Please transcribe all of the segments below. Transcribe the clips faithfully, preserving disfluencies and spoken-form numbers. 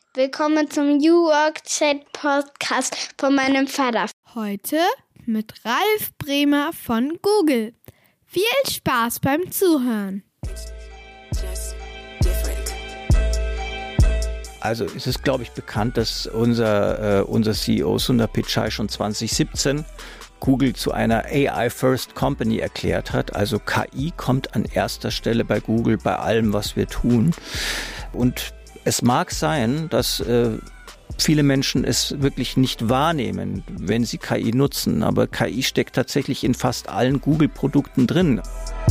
Willkommen zum New Work Chat Podcast von meinem Vater. Heute mit Ralf Bremer von Google. Viel Spaß beim Zuhören. Also es ist, glaube ich, bekannt, dass unser, äh, unser C E O Sundar Pichai schon zwanzig siebzehn Google zu einer A I-First Company erklärt hat. Also K I kommt an erster Stelle bei Google bei allem, was wir tun. Und es mag sein, dass äh, viele Menschen es wirklich nicht wahrnehmen, wenn sie K I nutzen. Aber K I steckt tatsächlich in fast allen Google-Produkten drin.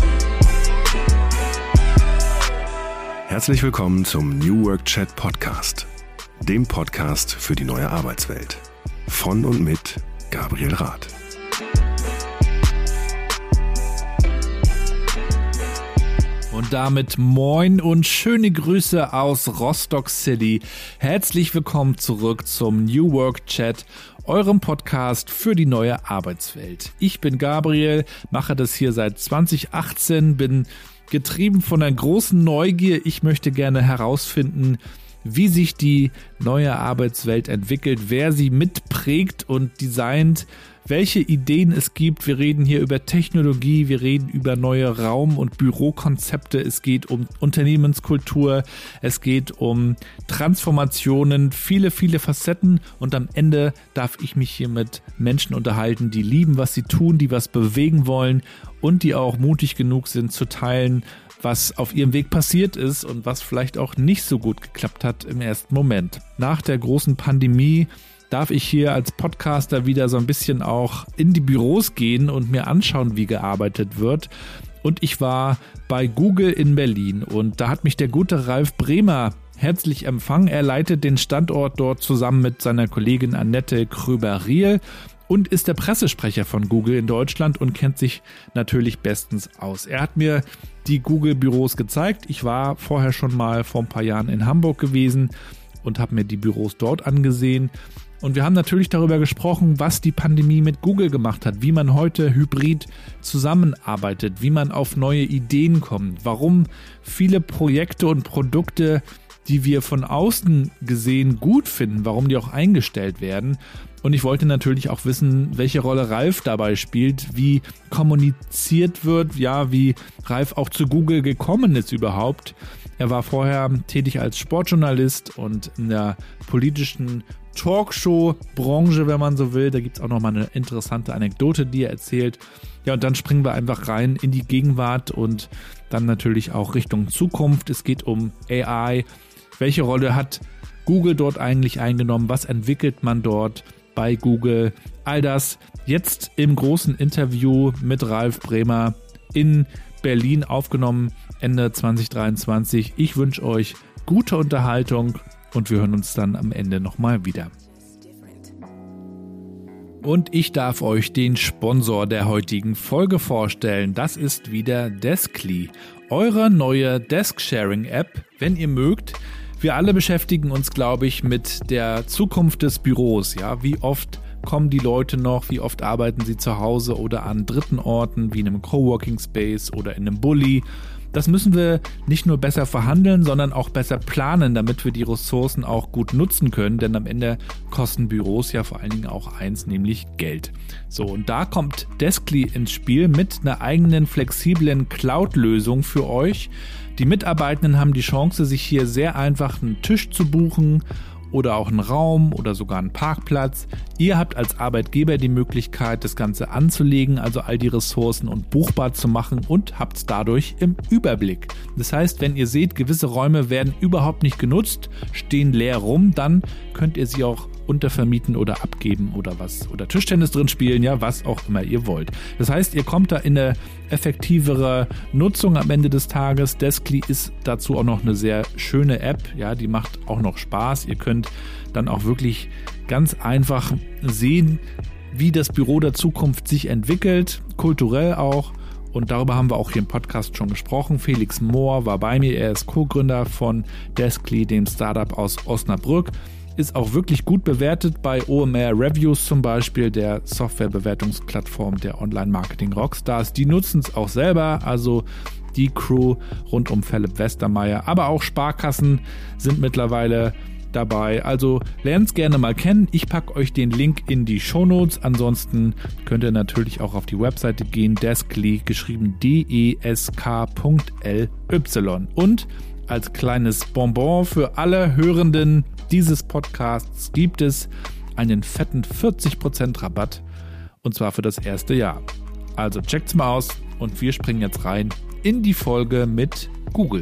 Herzlich willkommen zum New Work Chat Podcast, dem Podcast für die neue Arbeitswelt. Von und mit Gabriel Rath. Und damit moin und schöne Grüße aus Rostock City. Herzlich willkommen zurück zum New Work Chat, eurem Podcast für die neue Arbeitswelt. Ich bin Gabriel, mache das hier seit zwanzig achtzehn, bin getrieben von einer großen Neugier. Ich möchte gerne herausfinden, wie sich die neue Arbeitswelt entwickelt, wer sie mitprägt und designt, welche Ideen es gibt. Wir reden hier über Technologie, wir reden über neue Raum- und Bürokonzepte, es geht um Unternehmenskultur, es geht um Transformationen, viele, viele Facetten und am Ende darf ich mich hier mit Menschen unterhalten, die lieben, was sie tun, die was bewegen wollen und die auch mutig genug sind zu teilen, was auf ihrem Weg passiert ist und was vielleicht auch nicht so gut geklappt hat im ersten Moment. Nach der großen Pandemie darf ich hier als Podcaster wieder so ein bisschen auch in die Büros gehen und mir anschauen, wie gearbeitet wird. Und ich war bei Google in Berlin und da hat mich der gute Ralf Bremer herzlich empfangen. Er leitet den Standort dort zusammen mit seiner Kollegin Annette Kröber-Riel und ist der Pressesprecher von Google in Deutschland und kennt sich natürlich bestens aus. Er hat mir die Google-Büros gezeigt. Ich war vorher schon mal vor ein paar Jahren in Hamburg gewesen und habe mir die Büros dort angesehen. Und wir haben natürlich darüber gesprochen, was die Pandemie mit Google gemacht hat, wie man heute hybrid zusammenarbeitet, wie man auf neue Ideen kommt, warum viele Projekte und Produkte, die wir von außen gesehen gut finden, warum die auch eingestellt werden. Und ich wollte natürlich auch wissen, welche Rolle Ralf dabei spielt, wie kommuniziert wird, ja, wie Ralf auch zu Google gekommen ist überhaupt. Er war vorher tätig als Sportjournalist und in der politischen Talkshow-Branche, wenn man so will. Da gibt es auch nochmal eine interessante Anekdote, die er erzählt. Ja, und dann springen wir einfach rein in die Gegenwart und dann natürlich auch Richtung Zukunft. Es geht um A I. Welche Rolle hat Google dort eigentlich eingenommen? Was entwickelt man dort bei Google? All das jetzt im großen Interview mit Ralf Bremer in Berlin aufgenommen, Ende zwanzig dreiundzwanzig. Ich wünsche euch gute Unterhaltung und wir hören uns dann am Ende nochmal wieder. Und ich darf euch den Sponsor der heutigen Folge vorstellen. Das ist wieder Deskly, eure neue Desk-Sharing-App, wenn ihr mögt. Wir alle beschäftigen uns, glaube ich, mit der Zukunft des Büros. Ja, wie oft kommen die Leute noch, wie oft arbeiten sie zu Hause oder an dritten Orten, wie in einem Coworking Space oder in einem Bulli. Das müssen wir nicht nur besser verhandeln, sondern auch besser planen, damit wir die Ressourcen auch gut nutzen können, denn am Ende kosten Büros ja vor allen Dingen auch eins, nämlich Geld. So, und da kommt Deskly ins Spiel mit einer eigenen flexiblen Cloud-Lösung für euch. Die Mitarbeitenden haben die Chance, sich hier sehr einfach einen Tisch zu buchen oder auch einen Raum oder sogar einen Parkplatz. Ihr habt als Arbeitgeber die Möglichkeit, das Ganze anzulegen, also all die Ressourcen und buchbar zu machen und habt es dadurch im Überblick. Das heißt, wenn ihr seht, gewisse Räume werden überhaupt nicht genutzt, stehen leer rum, dann könnt ihr sie auch untervermieten oder abgeben oder was oder Tischtennis drin spielen, ja, was auch immer ihr wollt. Das heißt, ihr kommt da in eine effektivere Nutzung am Ende des Tages. Deskly ist dazu auch noch eine sehr schöne App, ja, die macht auch noch Spaß. Ihr könnt dann auch wirklich ganz einfach sehen, wie das Büro der Zukunft sich entwickelt, kulturell auch. Und darüber haben wir auch hier im Podcast schon gesprochen. Felix Mohr war bei mir, er ist Co-Gründer von Deskly, dem Startup aus Osnabrück. Ist auch wirklich gut bewertet bei O M R Reviews zum Beispiel, der Softwarebewertungsplattform der Online-Marketing-Rockstars. Die nutzen es auch selber, also die Crew rund um Philipp Westermeier. Aber auch Sparkassen sind mittlerweile dabei. Also lernt's gerne mal kennen. Ich packe euch den Link in die Shownotes. Ansonsten könnt ihr natürlich auch auf die Webseite gehen, deskly, geschrieben D E S K Punkt L Y. Und als kleines Bonbon für alle Hörenden dieses Podcasts gibt es einen fetten vierzig Prozent Rabatt, und zwar für das erste Jahr. Also checkt's mal aus und wir springen jetzt rein in die Folge mit Google.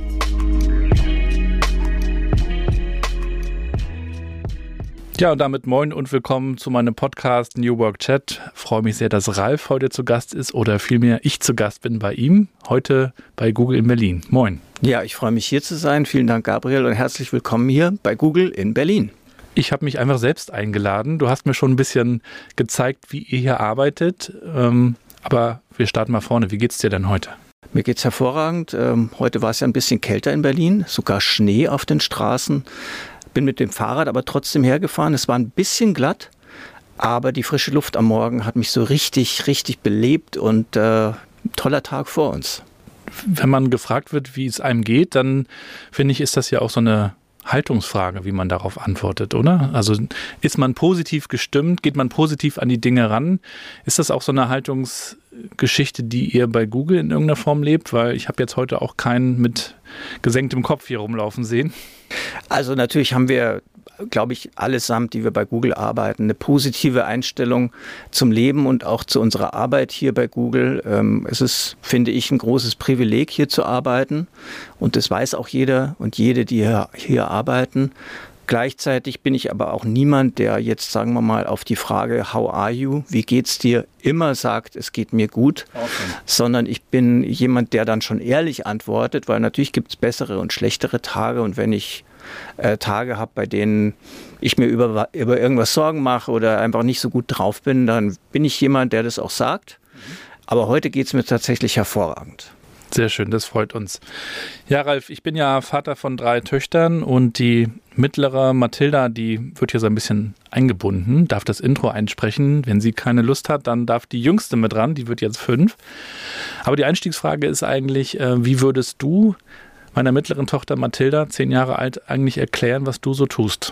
Ja, und damit moin und willkommen zu meinem Podcast New Work Chat. Ich freue mich sehr, dass Ralf heute zu Gast ist oder vielmehr ich zu Gast bin bei ihm, heute bei Google in Berlin. Moin. Ja, ich freue mich hier zu sein. Vielen Dank, Gabriel, und herzlich willkommen hier bei Google in Berlin. Ich habe mich einfach selbst eingeladen. Du hast mir schon ein bisschen gezeigt, wie ihr hier arbeitet. Ähm, aber wir starten mal vorne. Wie geht's dir denn heute? Mir geht's hervorragend. Ähm, heute war es ja ein bisschen kälter in Berlin, sogar Schnee auf den Straßen. Bin mit dem Fahrrad aber trotzdem hergefahren. Es war ein bisschen glatt, aber die frische Luft am Morgen hat mich so richtig, richtig belebt und äh, toller Tag vor uns. Wenn man gefragt wird, wie es einem geht, dann finde ich, ist das ja auch so eine Haltungsfrage, wie man darauf antwortet, oder? Also ist man positiv gestimmt, geht man positiv an die Dinge ran? Ist das auch so eine Haltungsgeschichte, die ihr bei Google in irgendeiner Form lebt? Weil ich habe jetzt heute auch keinen mit gesenktem Kopf hier rumlaufen sehen. Also natürlich haben wir, glaube ich, allesamt, die wir bei Google arbeiten, eine positive Einstellung zum Leben und auch zu unserer Arbeit hier bei Google. Es ist, finde ich, ein großes Privileg, hier zu arbeiten. Und das weiß auch jeder und jede, die hier, hier arbeiten. Gleichzeitig bin ich aber auch niemand, der jetzt, sagen wir mal, auf die Frage, how are you, wie geht's dir, immer sagt, es geht mir gut, okay. Sondern ich bin jemand, der dann schon ehrlich antwortet, weil natürlich gibt es bessere und schlechtere Tage, und wenn ich äh, Tage habe, bei denen ich mir über, über irgendwas Sorgen mache oder einfach nicht so gut drauf bin, dann bin ich jemand, der das auch sagt. Mhm. Aber heute geht es mir tatsächlich hervorragend. Sehr schön, das freut uns. Ja, Ralf, ich bin ja Vater von drei Töchtern und die mittlere Mathilda, die wird hier so ein bisschen eingebunden, darf das Intro einsprechen. Wenn sie keine Lust hat, dann darf die Jüngste mit ran, die wird jetzt fünf. Aber die Einstiegsfrage ist eigentlich, wie würdest du meiner mittleren Tochter Mathilda, zehn Jahre alt, eigentlich erklären, was du so tust?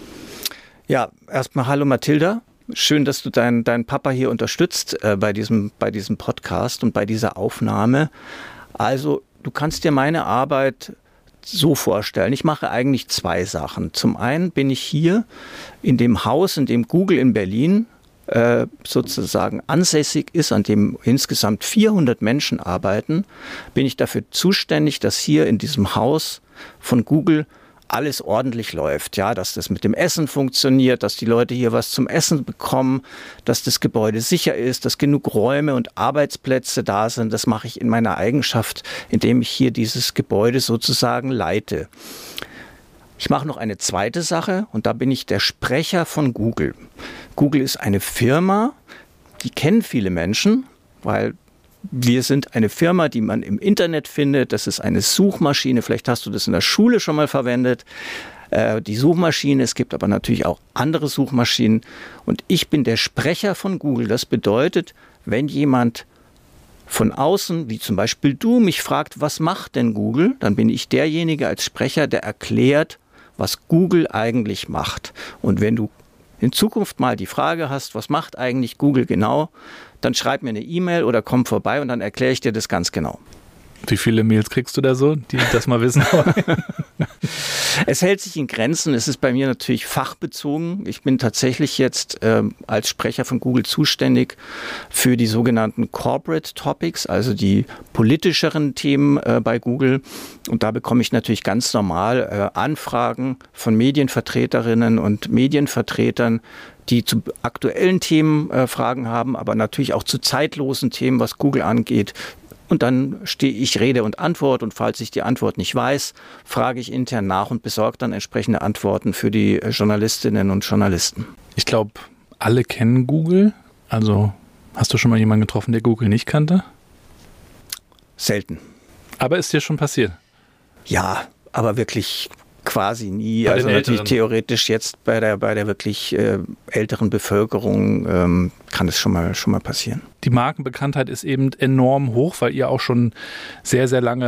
Ja, erstmal hallo Mathilda. Schön, dass du deinen dein Papa hier unterstützt äh, bei diesem, bei diesem Podcast und bei dieser Aufnahme. Also, du kannst dir meine Arbeit so vorstellen. Ich mache eigentlich zwei Sachen. Zum einen bin ich hier in dem Haus, in dem Google in Berlin äh, sozusagen ansässig ist, an dem insgesamt vierhundert Menschen arbeiten, bin ich dafür zuständig, dass hier in diesem Haus von Google alles ordentlich läuft, ja, dass das mit dem Essen funktioniert, dass die Leute hier was zum Essen bekommen, dass das Gebäude sicher ist, dass genug Räume und Arbeitsplätze da sind. Das mache ich in meiner Eigenschaft, indem ich hier dieses Gebäude sozusagen leite. Ich mache noch eine zweite Sache, und da bin ich der Sprecher von Google. Google ist eine Firma, die kennen viele Menschen, weil wir sind eine Firma, die man im Internet findet. Das ist eine Suchmaschine. Vielleicht hast du das in der Schule schon mal verwendet. Äh, die Suchmaschine. Es gibt aber natürlich auch andere Suchmaschinen. Und ich bin der Sprecher von Google. Das bedeutet, wenn jemand von außen, wie zum Beispiel du, mich fragt, was macht denn Google? Dann bin ich derjenige als Sprecher, der erklärt, was Google eigentlich macht. Und wenn du in Zukunft mal die Frage hast, was macht eigentlich Google genau, dann schreib mir eine E-Mail oder komm vorbei und dann erkläre ich dir das ganz genau. Wie viele Mails kriegst du da so, die das mal wissen wollen? Es hält sich in Grenzen. Es ist bei mir natürlich fachbezogen. Ich bin tatsächlich jetzt äh, als Sprecher von Google zuständig für die sogenannten Corporate Topics, also die politischeren Themen äh, bei Google. Und da bekomme ich natürlich ganz normal äh, Anfragen von Medienvertreterinnen und Medienvertretern, die zu aktuellen Themen äh, Fragen haben, aber natürlich auch zu zeitlosen Themen, was Google angeht. Und dann stehe ich Rede und Antwort, und falls ich die Antwort nicht weiß, frage ich intern nach und besorge dann entsprechende Antworten für die Journalistinnen und Journalisten. Ich glaube, alle kennen Google. Also hast du schon mal jemanden getroffen, der Google nicht kannte? Selten. Aber ist dir schon passiert? Ja, aber wirklich quasi nie. Bei also natürlich Älteren. Theoretisch jetzt bei der, bei der wirklich äh, älteren Bevölkerung ähm, kann es schon mal, schon mal passieren. Die Markenbekanntheit ist eben enorm hoch, weil ihr auch schon sehr, sehr lange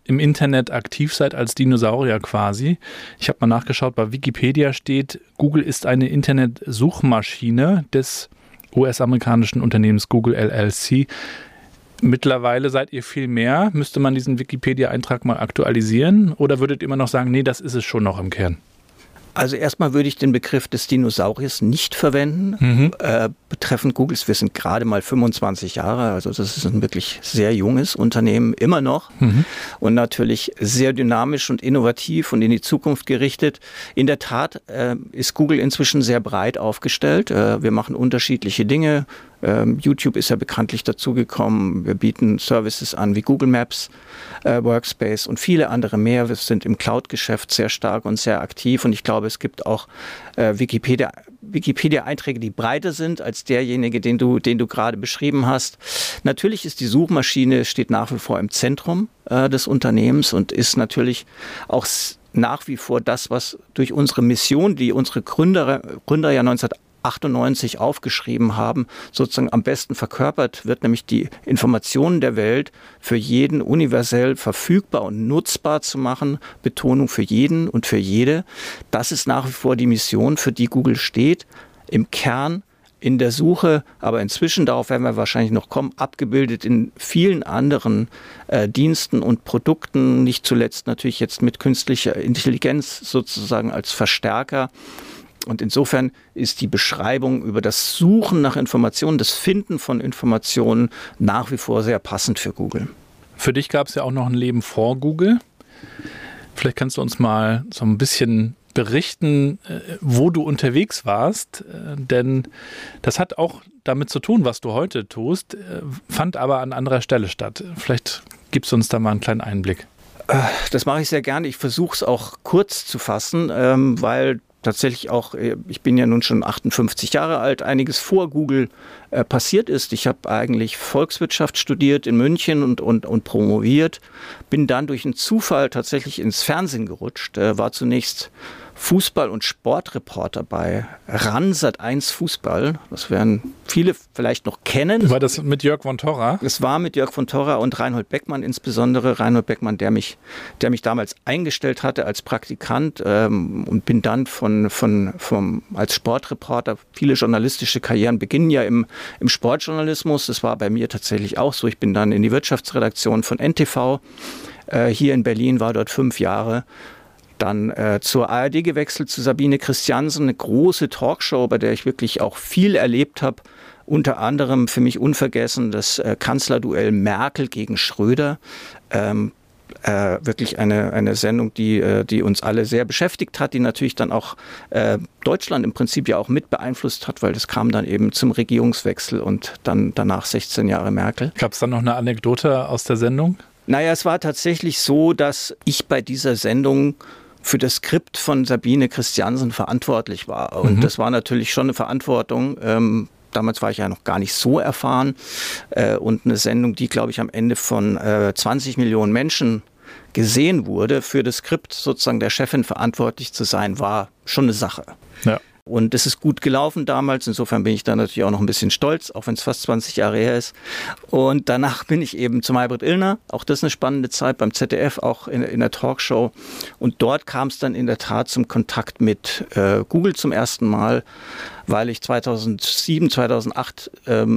im Internet aktiv seid als Dinosaurier quasi. Ich habe mal nachgeschaut, bei Wikipedia steht, Google ist eine Internetsuchmaschine des U S-amerikanischen Unternehmens Google L L C. Mittlerweile seid ihr viel mehr. Müsste man diesen Wikipedia-Eintrag mal aktualisieren? Oder würdet ihr immer noch sagen, nee, das ist es schon noch im Kern? Also erstmal würde ich den Begriff des Dinosauriers nicht verwenden, mhm. äh, betreffend Googles. Wir sind gerade mal fünfundzwanzig Jahre, also das ist ein wirklich sehr junges Unternehmen, immer noch. Mhm. Und natürlich sehr dynamisch und innovativ und in die Zukunft gerichtet. In der Tat äh, ist Google inzwischen sehr breit aufgestellt. Äh, wir machen unterschiedliche Dinge. Ähm, YouTube ist ja bekanntlich dazugekommen. Wir bieten Services an wie Google Maps, äh, Workspace und viele andere mehr. Wir sind im Cloud-Geschäft sehr stark und sehr aktiv. Und ich glaube, es gibt auch äh, Wikipedia, Wikipedia-Einträge, die breiter sind als derjenige, den du, den du gerade beschrieben hast. Natürlich ist die Suchmaschine, steht nach wie vor im Zentrum äh, des Unternehmens und ist natürlich auch nach wie vor das, was durch unsere Mission, die unsere Gründer, Gründer ja neunzehnhundertachtundneunzig aufgeschrieben haben, sozusagen am besten verkörpert wird, nämlich die Informationen der Welt für jeden universell verfügbar und nutzbar zu machen. Betonung für jeden und für jede. Das ist nach wie vor die Mission, für die Google steht. Im Kern, in der Suche, aber inzwischen, darauf werden wir wahrscheinlich noch kommen, abgebildet in vielen anderen äh, Diensten und Produkten, nicht zuletzt natürlich jetzt mit künstlicher Intelligenz sozusagen als Verstärker. Und insofern ist die Beschreibung über das Suchen nach Informationen, das Finden von Informationen nach wie vor sehr passend für Google. Für dich gab es ja auch noch ein Leben vor Google. Vielleicht kannst du uns mal so ein bisschen berichten, wo du unterwegs warst, denn das hat auch damit zu tun, was du heute tust, fand aber an anderer Stelle statt. Vielleicht gibst du uns da mal einen kleinen Einblick. Das mache ich sehr gerne. Ich versuche es auch kurz zu fassen, weil tatsächlich auch, ich bin ja nun schon achtundfünfzig Jahre alt, einiges vor Google äh, passiert ist. Ich habe eigentlich Volkswirtschaft studiert in München und, und, und promoviert, bin dann durch einen Zufall tatsächlich ins Fernsehen gerutscht, äh, war zunächst Fußball- und Sportreporter bei RAN Sat eins Fußball. Das werden viele vielleicht noch kennen. War das mit Jörg von Torra? Es war mit Jörg von Torra und Reinhold Beckmann insbesondere. Reinhold Beckmann, der mich, der mich damals eingestellt hatte als Praktikant ähm, und bin dann von, von, vom, als Sportreporter, viele journalistische Karrieren beginnen ja im, im Sportjournalismus. Das war bei mir tatsächlich auch so. Ich bin dann in die Wirtschaftsredaktion von N T V äh, hier in Berlin, war dort fünf Jahre. Dann äh, zur A R D gewechselt, zu Sabine Christiansen, eine große Talkshow, bei der ich wirklich auch viel erlebt habe. Unter anderem für mich unvergessen das äh, Kanzlerduell Merkel gegen Schröder. Ähm, äh, wirklich eine, eine Sendung, die, äh, die uns alle sehr beschäftigt hat, die natürlich dann auch äh, Deutschland im Prinzip ja auch mit beeinflusst hat, weil das kam dann eben zum Regierungswechsel und dann danach sechzehn Jahre Merkel. Gab es dann noch eine Anekdote aus der Sendung? Naja, es war tatsächlich so, dass ich bei dieser Sendung für das Skript von Sabine Christiansen verantwortlich war. Und mhm. das war natürlich schon eine Verantwortung. Ähm, damals war ich ja noch gar nicht so erfahren. Äh, und eine Sendung, die, glaube ich, am Ende von äh, zwanzig Millionen Menschen gesehen wurde, für das Skript sozusagen der Chefin verantwortlich zu sein, war schon eine Sache. Ja. Und es ist gut gelaufen damals. Insofern bin ich da natürlich auch noch ein bisschen stolz, auch wenn es fast zwanzig Jahre her ist. Und danach bin ich eben zu Maybrit Illner. Auch das ist eine spannende Zeit beim Z D F, auch in, in der Talkshow. Und dort kam es dann in der Tat zum Kontakt mit äh, Google zum ersten Mal, weil ich zweitausendsieben, zweitausendacht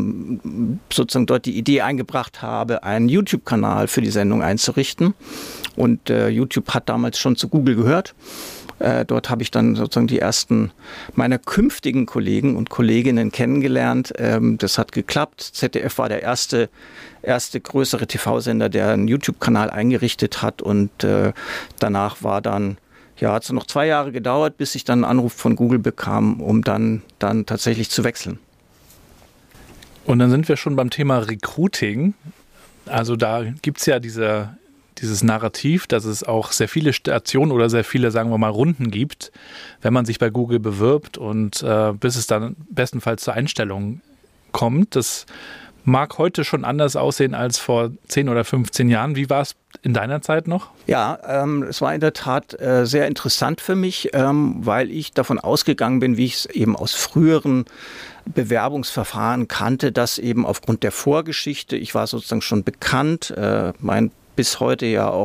ähm, sozusagen dort die Idee eingebracht habe, einen YouTube-Kanal für die Sendung einzurichten. Und äh, YouTube hat damals schon zu Google gehört. Äh, dort habe ich dann sozusagen die ersten meiner künftigen Kollegen und Kolleginnen kennengelernt. Ähm, das hat geklappt. Z D F war der erste, erste größere T V-Sender, der einen YouTube-Kanal eingerichtet hat. Und äh, danach war dann, ja, hat es noch zwei Jahre gedauert, bis ich dann einen Anruf von Google bekam, um dann, dann tatsächlich zu wechseln. Und dann sind wir schon beim Thema Recruiting. Also da gibt es ja diese... dieses Narrativ, dass es auch sehr viele Stationen oder sehr viele, sagen wir mal, Runden gibt, wenn man sich bei Google bewirbt und äh, bis es dann bestenfalls zur Einstellung kommt. Das mag heute schon anders aussehen als vor zehn oder fünfzehn Jahren. Wie war es in deiner Zeit noch? Ja, ähm, es war in der Tat äh, sehr interessant für mich, ähm, weil ich davon ausgegangen bin, wie ich es eben aus früheren Bewerbungsverfahren kannte, dass eben aufgrund der Vorgeschichte, ich war sozusagen schon bekannt, äh, mein bis heute ja auch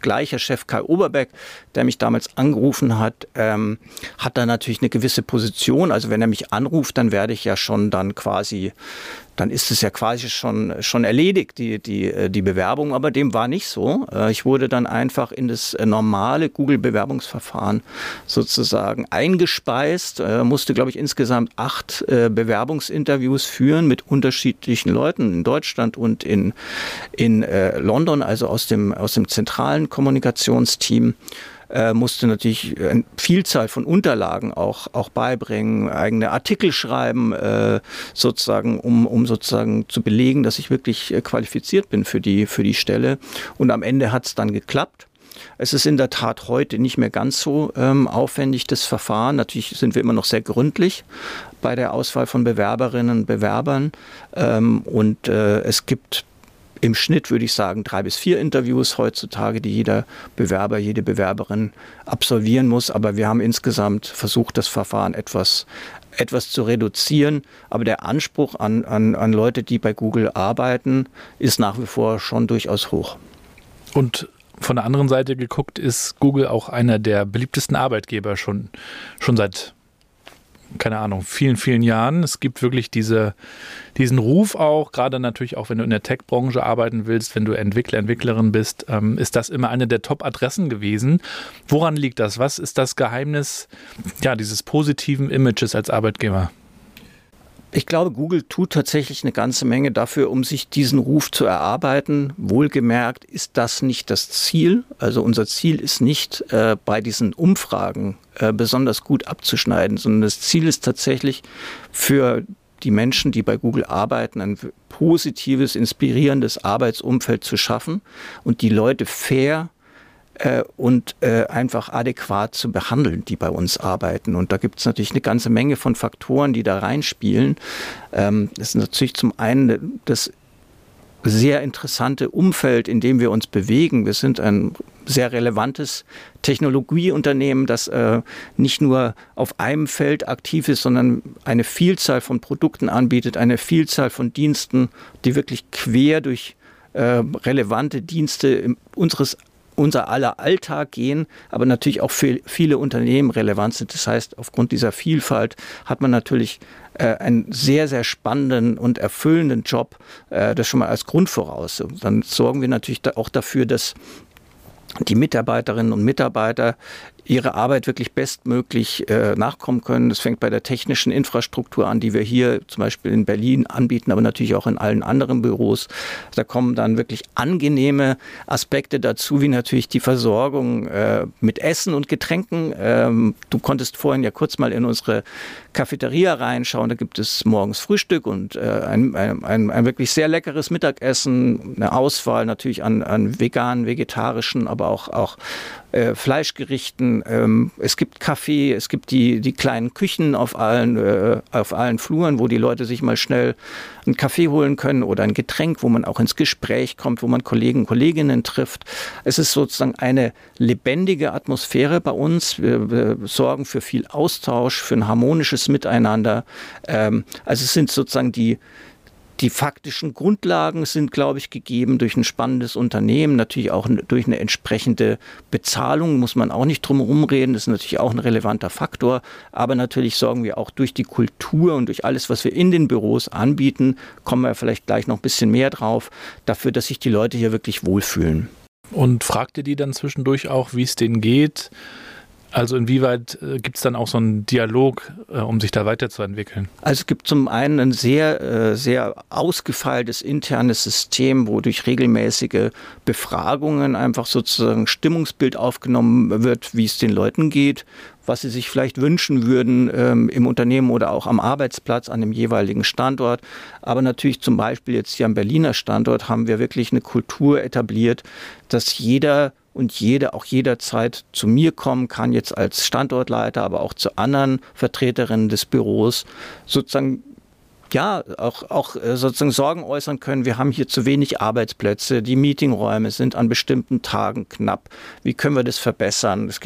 gleicher Chef Kai Oberbeck, der mich damals angerufen hat, ähm, hat da natürlich eine gewisse Position. Also wenn er mich anruft, dann werde ich ja schon dann quasi, dann ist es ja quasi schon, schon erledigt, die, die, die Bewerbung. Aber dem war nicht so. Ich wurde dann einfach in das normale Google-Bewerbungsverfahren sozusagen eingespeist, musste, glaube ich, insgesamt acht Bewerbungsinterviews führen mit unterschiedlichen Leuten in Deutschland und in, in äh, London, also aus dem, aus dem zentralen Kommunikationsteam. Äh, musste natürlich eine Vielzahl von Unterlagen auch, auch beibringen, eigene Artikel schreiben, äh, sozusagen, um, um sozusagen zu belegen, dass ich wirklich äh, qualifiziert bin für die, für die Stelle. Und am Ende hat es dann geklappt. Es ist in der Tat heute nicht mehr ganz so ähm, aufwendig, das Verfahren. Natürlich sind wir immer noch sehr gründlich bei der Auswahl von Bewerberinnen und Bewerbern. Ähm, und äh, es gibt im Schnitt, würde ich sagen, drei bis vier Interviews heutzutage, die jeder Bewerber, jede Bewerberin absolvieren muss. Aber wir haben insgesamt versucht, das Verfahren etwas, etwas zu reduzieren. Aber der Anspruch an, an, an Leute, die bei Google arbeiten, ist nach wie vor schon durchaus hoch. Und von der anderen Seite geguckt, ist Google auch einer der beliebtesten Arbeitgeber schon, schon seit, keine Ahnung, vielen, vielen Jahren. Es gibt wirklich diese, diesen Ruf auch, gerade natürlich auch, wenn du in der Tech-Branche arbeiten willst, wenn du Entwickler, Entwicklerin bist, ähm, ist das immer eine der Top-Adressen gewesen. Woran liegt das? Was ist das Geheimnis, ja, dieses positiven Images als Arbeitgeber? Ich glaube, Google tut tatsächlich eine ganze Menge dafür, um sich diesen Ruf zu erarbeiten. Wohlgemerkt ist das nicht das Ziel. Also unser Ziel ist nicht, äh, bei diesen Umfragen äh, besonders gut abzuschneiden, sondern das Ziel ist tatsächlich für die Menschen, die bei Google arbeiten, ein positives, inspirierendes Arbeitsumfeld zu schaffen und die Leute fair Äh, und äh, einfach adäquat zu behandeln, die bei uns arbeiten. Und da gibt es natürlich eine ganze Menge von Faktoren, die da reinspielen. Ähm, das ist natürlich zum einen das sehr interessante Umfeld, in dem wir uns bewegen. Wir sind ein sehr relevantes Technologieunternehmen, das äh, nicht nur auf einem Feld aktiv ist, sondern eine Vielzahl von Produkten anbietet, eine Vielzahl von Diensten, die wirklich quer durch äh, relevante Dienste unseres unser aller Alltag gehen, aber natürlich auch für viele Unternehmen relevant sind. Das heißt, aufgrund dieser Vielfalt hat man natürlich äh, einen sehr, sehr spannenden und erfüllenden Job, äh, das schon mal als Grundvoraus. Und dann sorgen wir natürlich da auch dafür, dass die Mitarbeiterinnen und Mitarbeiter ihre Arbeit wirklich bestmöglich äh, nachkommen können. Das fängt bei der technischen Infrastruktur an, die wir hier zum Beispiel in Berlin anbieten, aber natürlich auch in allen anderen Büros. Da kommen dann wirklich angenehme Aspekte dazu, wie natürlich die Versorgung äh, mit Essen und Getränken. Ähm, du konntest vorhin ja kurz mal in unsere Cafeteria reinschauen. Da gibt es morgens Frühstück und äh, ein, ein, ein, ein wirklich sehr leckeres Mittagessen, eine Auswahl natürlich an, an veganen, vegetarischen, aber auch, auch äh, Fleischgerichten. Ähm, es gibt Kaffee, es gibt die, die kleinen Küchen auf allen, äh, auf allen Fluren, wo die Leute sich mal schnell einen Kaffee holen können oder ein Getränk, wo man auch ins Gespräch kommt, wo man Kollegen und Kolleginnen trifft. Es ist sozusagen eine lebendige Atmosphäre bei uns. Wir, wir sorgen für viel Austausch, für ein harmonisches Miteinander. Ähm, also es sind sozusagen die Die faktischen Grundlagen sind, glaube ich, gegeben durch ein spannendes Unternehmen, natürlich auch durch eine entsprechende Bezahlung, muss man auch nicht drum herum reden, das ist natürlich auch ein relevanter Faktor, aber natürlich sorgen wir auch durch die Kultur und durch alles, was wir in den Büros anbieten, kommen wir vielleicht gleich noch ein bisschen mehr drauf, dafür, dass sich die Leute hier wirklich wohlfühlen. Und fragt ihr die dann zwischendurch auch, wie es denen geht? Also inwieweit äh, gibt es dann auch so einen Dialog, äh, um sich da weiterzuentwickeln? Also es gibt zum einen ein sehr, äh, sehr ausgefeiltes internes System, wo durch regelmäßige Befragungen einfach sozusagen Stimmungsbild aufgenommen wird, wie es den Leuten geht, was sie sich vielleicht wünschen würden ähm, im Unternehmen oder auch am Arbeitsplatz an dem jeweiligen Standort. Aber natürlich zum Beispiel jetzt hier am Berliner Standort haben wir wirklich eine Kultur etabliert, dass jeder und jede auch jederzeit zu mir kommen kann, jetzt als Standortleiter, aber auch zu anderen Vertreterinnen des Büros, sozusagen ja, auch, auch sozusagen Sorgen äußern können. Wir haben hier zu wenig Arbeitsplätze, die Meetingräume sind an bestimmten Tagen knapp. Wie können wir das verbessern? Es gibt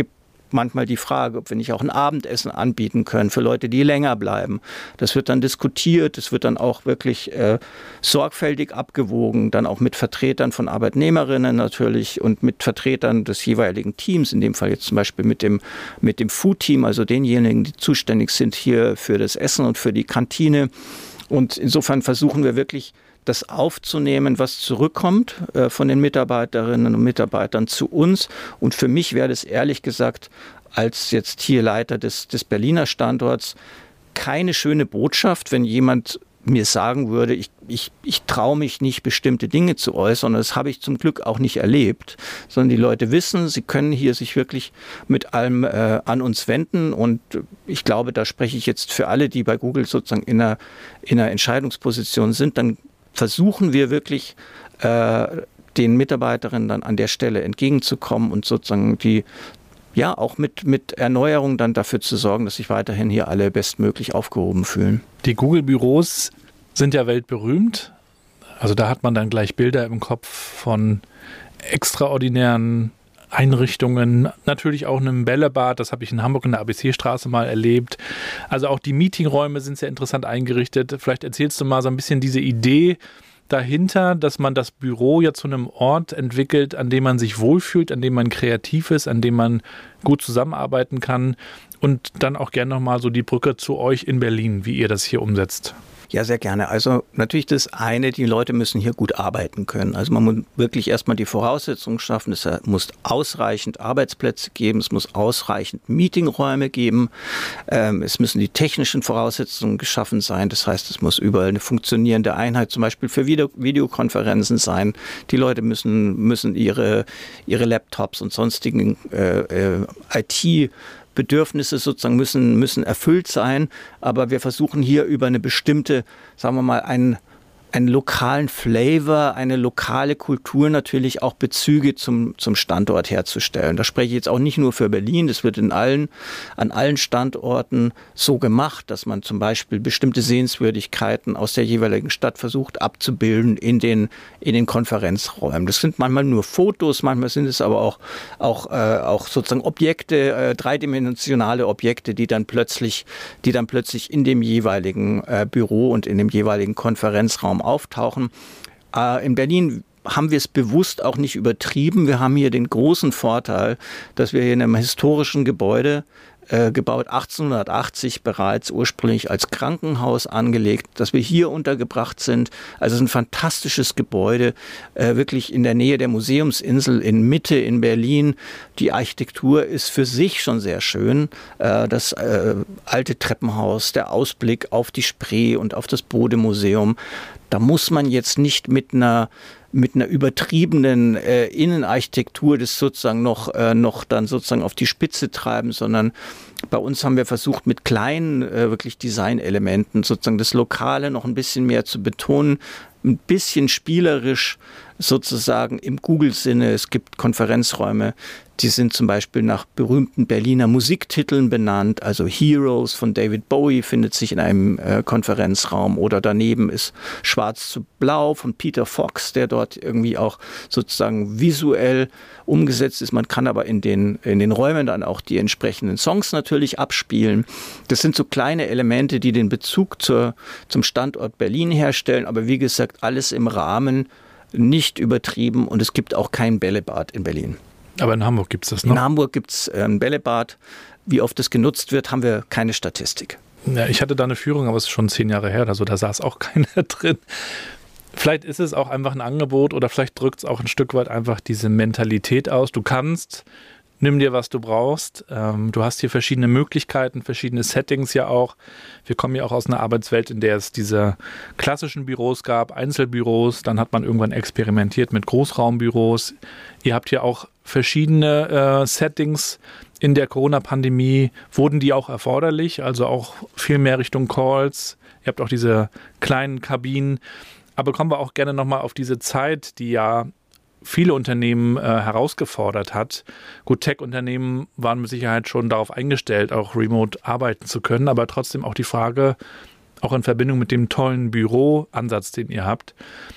manchmal die Frage, ob wir nicht auch ein Abendessen anbieten können für Leute, die länger bleiben. Das wird dann diskutiert, es wird dann auch wirklich äh, sorgfältig abgewogen, dann auch mit Vertretern von Arbeitnehmerinnen natürlich und mit Vertretern des jeweiligen Teams, in dem Fall jetzt zum Beispiel mit dem, mit dem Food-Team, also denjenigen, die zuständig sind hier für das Essen und für die Kantine. Und insofern versuchen wir wirklich, das aufzunehmen, was zurückkommt äh, von den Mitarbeiterinnen und Mitarbeitern zu uns. Und für mich wäre das ehrlich gesagt, als jetzt hier Leiter des, des Berliner Standorts, keine schöne Botschaft, wenn jemand mir sagen würde, ich, ich, ich traue mich nicht, bestimmte Dinge zu äußern. Das habe ich zum Glück auch nicht erlebt, sondern die Leute wissen, sie können hier sich wirklich mit allem äh, an uns wenden. Und ich glaube, da spreche ich jetzt für alle, die bei Google sozusagen in einer, in einer Entscheidungsposition sind, dann versuchen wir wirklich, äh, den Mitarbeiterinnen dann an der Stelle entgegenzukommen und sozusagen die, ja, auch mit, mit Erneuerung dann dafür zu sorgen, dass sich weiterhin hier alle bestmöglich aufgehoben fühlen. Die Google-Büros sind ja weltberühmt. Also da hat man dann gleich Bilder im Kopf von extraordinären Einrichtungen, natürlich auch einem Bällebad, das habe ich in Hamburg in der A B C-Straße mal erlebt. Also auch die Meetingräume sind sehr interessant eingerichtet. Vielleicht erzählst du mal so ein bisschen diese Idee dahinter, dass man das Büro ja zu einem Ort entwickelt, an dem man sich wohlfühlt, an dem man kreativ ist, an dem man gut zusammenarbeiten kann und dann auch gerne nochmal so die Brücke zu euch in Berlin, wie ihr das hier umsetzt. Ja, sehr gerne. Also natürlich das eine, die Leute müssen hier gut arbeiten können. Also man muss wirklich erstmal die Voraussetzungen schaffen. Es muss ausreichend Arbeitsplätze geben, es muss ausreichend Meetingräume geben, ähm, es müssen die technischen Voraussetzungen geschaffen sein. Das heißt, es muss überall eine funktionierende Einheit zum Beispiel für Video- Videokonferenzen sein. Die Leute müssen, müssen ihre, ihre Laptops und sonstigen äh, äh, I T Bedürfnisse sozusagen müssen, müssen erfüllt sein, aber wir versuchen hier über eine bestimmte, sagen wir mal, einen, einen lokalen Flavor, eine lokale Kultur natürlich auch Bezüge zum, zum Standort herzustellen. Da spreche ich jetzt auch nicht nur für Berlin, das wird in allen, an allen Standorten so gemacht, dass man zum Beispiel bestimmte Sehenswürdigkeiten aus der jeweiligen Stadt versucht abzubilden in den, in den Konferenzräumen. Das sind manchmal nur Fotos, manchmal sind es aber auch, auch, äh, auch sozusagen Objekte, äh, dreidimensionale Objekte, die dann plötzlich, die dann plötzlich in dem jeweiligen äh, Büro und in dem jeweiligen Konferenzraum auftauchen. Äh, in Berlin haben wir es bewusst auch nicht übertrieben. Wir haben hier den großen Vorteil, dass wir hier in einem historischen Gebäude äh, gebaut, achtzehnhundertachtzig bereits ursprünglich als Krankenhaus angelegt, dass wir hier untergebracht sind. Also es ist ein fantastisches Gebäude, äh, wirklich in der Nähe der Museumsinsel in Mitte in Berlin. Die Architektur ist für sich schon sehr schön. Äh, das äh, alte Treppenhaus, der Ausblick auf die Spree und auf das Bode-Museum. Da muss man jetzt nicht mit einer mit einer übertriebenen äh, Innenarchitektur das sozusagen noch, äh, noch dann sozusagen auf die Spitze treiben, sondern bei uns haben wir versucht, mit kleinen äh, wirklich Designelementen sozusagen das Lokale noch ein bisschen mehr zu betonen, ein bisschen spielerisch sozusagen im Google-Sinne. Es gibt Konferenzräume, die sind zum Beispiel nach berühmten Berliner Musiktiteln benannt. Also Heroes von David Bowie findet sich in einem äh, Konferenzraum oder daneben ist Schwarz zu Blau von Peter Fox, der dort irgendwie auch sozusagen visuell umgesetzt ist. Man kann aber in den, in den Räumen dann auch die entsprechenden Songs natürlich abspielen. Das sind so kleine Elemente, die den Bezug zur, zum Standort Berlin herstellen. Aber wie gesagt, alles im Rahmen, nicht übertrieben und es gibt auch kein Bällebad in Berlin. Aber in Hamburg gibt es das noch? In Hamburg gibt es ein Bällebad. Wie oft es genutzt wird, haben wir keine Statistik. Ja, ich hatte da eine Führung, aber es ist schon zehn Jahre her, also da saß auch keiner drin. Vielleicht ist es auch einfach ein Angebot oder vielleicht drückt es auch ein Stück weit einfach diese Mentalität aus. Du kannst, nimm dir, was du brauchst. Ähm, du hast hier verschiedene Möglichkeiten, verschiedene Settings ja auch. Wir kommen ja auch aus einer Arbeitswelt, in der es diese klassischen Büros gab, Einzelbüros. Dann hat man irgendwann experimentiert mit Großraumbüros. Ihr habt hier auch verschiedene äh, Settings. In der Corona-Pandemie wurden die auch erforderlich, also auch viel mehr Richtung Calls. Ihr habt auch diese kleinen Kabinen. Aber kommen wir auch gerne nochmal auf diese Zeit, die ja viele Unternehmen äh, herausgefordert hat. Gut, Tech-Unternehmen waren mit Sicherheit schon darauf eingestellt, auch remote arbeiten zu können, aber trotzdem auch die Frage, auch in Verbindung mit dem tollen Büroansatz, den ihr habt.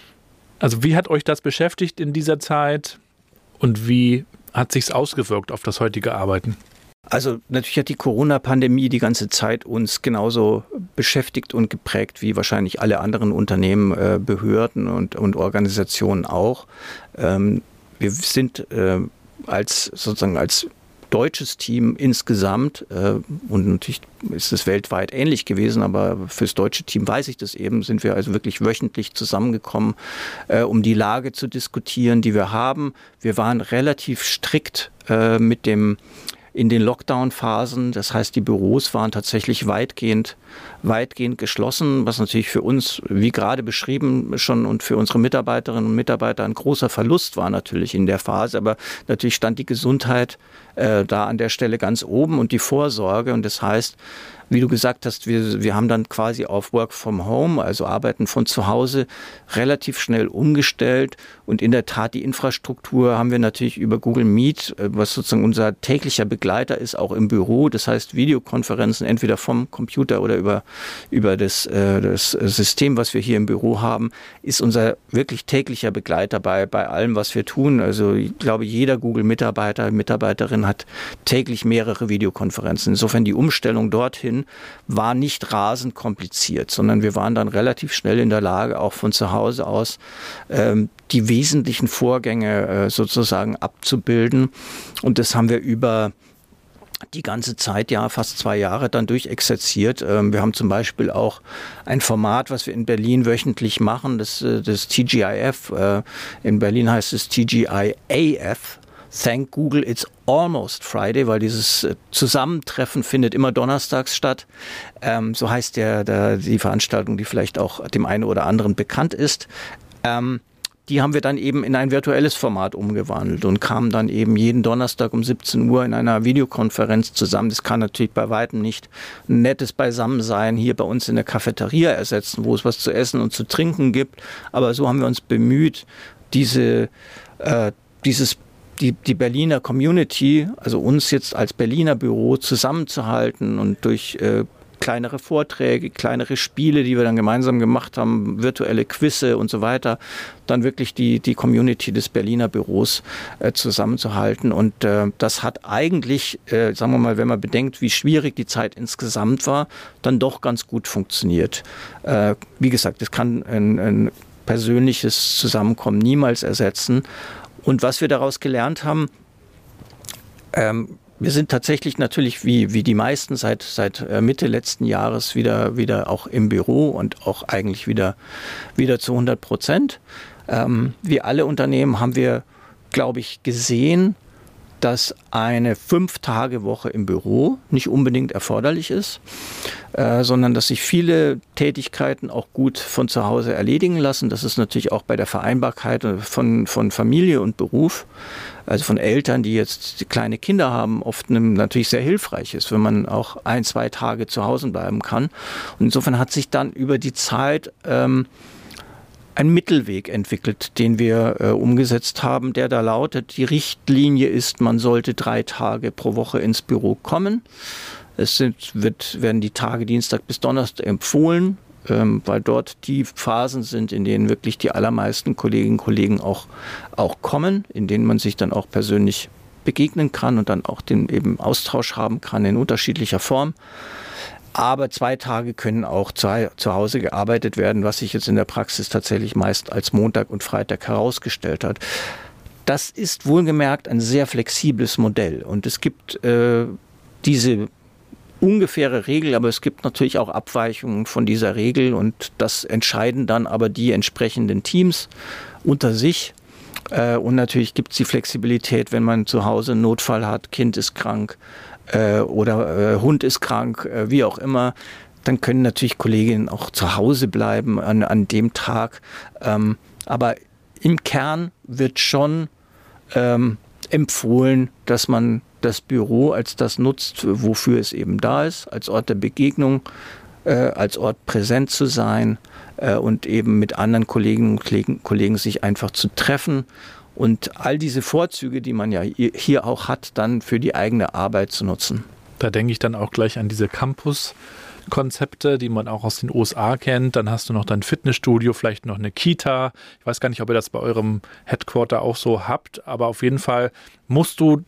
Also wie hat euch das beschäftigt in dieser Zeit und wie hat sich's ausgewirkt auf das heutige Arbeiten? Also natürlich hat die Corona-Pandemie die ganze Zeit uns genauso beschäftigt und geprägt wie wahrscheinlich alle anderen Unternehmen, äh, Behörden und, und Organisationen auch. Ähm, wir sind äh, als sozusagen als deutsches Team insgesamt, äh, und natürlich ist es weltweit ähnlich gewesen, aber fürs deutsche Team weiß ich das eben, sind wir also wirklich wöchentlich zusammengekommen, äh, um die Lage zu diskutieren, die wir haben. Wir waren relativ strikt äh, mit dem in den Lockdown-Phasen. Das heißt, die Büros waren tatsächlich weitgehend, weitgehend geschlossen, was natürlich für uns, wie gerade beschrieben schon, und für unsere Mitarbeiterinnen und Mitarbeiter ein großer Verlust war natürlich in der Phase. Aber natürlich stand die Gesundheit äh, da an der Stelle ganz oben und die Vorsorge. Und das heißt, wie du gesagt hast, wir, wir haben dann quasi auf Work from Home, also Arbeiten von zu Hause, relativ schnell umgestellt. Und in der Tat, die Infrastruktur haben wir natürlich über Google Meet, was sozusagen unser täglicher Begleiter ist, auch im Büro. Das heißt, Videokonferenzen entweder vom Computer oder über, über das, äh, das System, was wir hier im Büro haben, ist unser wirklich täglicher Begleiter bei, bei allem, was wir tun. Also ich glaube, jeder Google-Mitarbeiter, Mitarbeiterin hat täglich mehrere Videokonferenzen. Insofern die Umstellung dorthin war nicht rasend kompliziert, sondern wir waren dann relativ schnell in der Lage, auch von zu Hause aus ähm, die wesentlichen Vorgänge äh, sozusagen abzubilden. Und das haben wir über die ganze Zeit, ja fast zwei Jahre dann durchexerziert. Ähm, wir haben zum Beispiel auch ein Format, was wir in Berlin wöchentlich machen, das, das T G I F. Äh, in Berlin heißt es T G I A F. Thank Google, it's almost Friday, weil dieses Zusammentreffen findet immer donnerstags statt. Ähm, so heißt der, der, die Veranstaltung, die vielleicht auch dem einen oder anderen bekannt ist. Ähm, die haben wir dann eben in ein virtuelles Format umgewandelt und kamen dann eben jeden Donnerstag um siebzehn Uhr in einer Videokonferenz zusammen. Das kann natürlich bei weitem nicht ein nettes Beisammensein hier bei uns in der Cafeteria ersetzen, wo es was zu essen und zu trinken gibt. Aber so haben wir uns bemüht, diese, äh, dieses Die, die Berliner Community, also uns jetzt als Berliner Büro zusammenzuhalten und durch äh, kleinere Vorträge, kleinere Spiele, die wir dann gemeinsam gemacht haben, virtuelle Quizze und so weiter, dann wirklich die, die Community des Berliner Büros äh, zusammenzuhalten. Und äh, das hat eigentlich, äh, sagen wir mal, wenn man bedenkt, wie schwierig die Zeit insgesamt war, dann doch ganz gut funktioniert. Äh, wie gesagt, das kann ein, ein persönliches Zusammenkommen niemals ersetzen. Und was wir daraus gelernt haben, ähm, wir sind tatsächlich natürlich wie, wie die meisten seit, seit Mitte letzten Jahres wieder, wieder auch im Büro und auch eigentlich wieder, wieder zu hundert Prozent. Ähm, wie alle Unternehmen haben wir, glaube ich, gesehen, dass eine Fünf-Tage-Woche im Büro nicht unbedingt erforderlich ist, äh, sondern dass sich viele Tätigkeiten auch gut von zu Hause erledigen lassen. Das ist natürlich auch bei der Vereinbarkeit von, von Familie und Beruf, also von Eltern, die jetzt kleine Kinder haben, oft natürlich sehr hilfreich ist, wenn man auch ein, zwei Tage zu Hause bleiben kann. Und insofern hat sich dann über die Zeit ähm, ein Mittelweg entwickelt, den wir äh, umgesetzt haben, der da lautet, die Richtlinie ist, man sollte drei Tage pro Woche ins Büro kommen. Es sind, wird, werden die Tage Dienstag bis Donnerstag empfohlen, ähm, weil dort die Phasen sind, in denen wirklich die allermeisten Kolleginnen und Kollegen auch, auch kommen, in denen man sich dann auch persönlich begegnen kann und dann auch den eben Austausch haben kann in unterschiedlicher Form. Aber zwei Tage können auch zu, zu Hause gearbeitet werden, was sich jetzt in der Praxis tatsächlich meist als Montag und Freitag herausgestellt hat. Das ist wohlgemerkt ein sehr flexibles Modell. Und es gibt äh, diese ungefähre Regel, aber es gibt natürlich auch Abweichungen von dieser Regel. Und das entscheiden dann aber die entsprechenden Teams unter sich. Äh, und natürlich gibt es die Flexibilität, wenn man zu Hause einen Notfall hat, Kind ist krank, oder äh, Hund ist krank, äh, wie auch immer, dann können natürlich Kolleginnen auch zu Hause bleiben an, an dem Tag. Ähm, aber im Kern wird schon ähm, empfohlen, dass man das Büro als das nutzt, wofür es eben da ist, als Ort der Begegnung, äh, als Ort präsent zu sein äh, und eben mit anderen Kolleginnen und Kollegen, Kollegen sich einfach zu treffen. Und all diese Vorzüge, die man ja hier auch hat, dann für die eigene Arbeit zu nutzen. Da denke ich dann auch gleich an diese Campus-Konzepte, die man auch aus den U S A kennt. Dann hast du noch dein Fitnessstudio, vielleicht noch eine Kita. Ich weiß gar nicht, ob ihr das bei eurem Headquarter auch so habt, aber auf jeden Fall musst du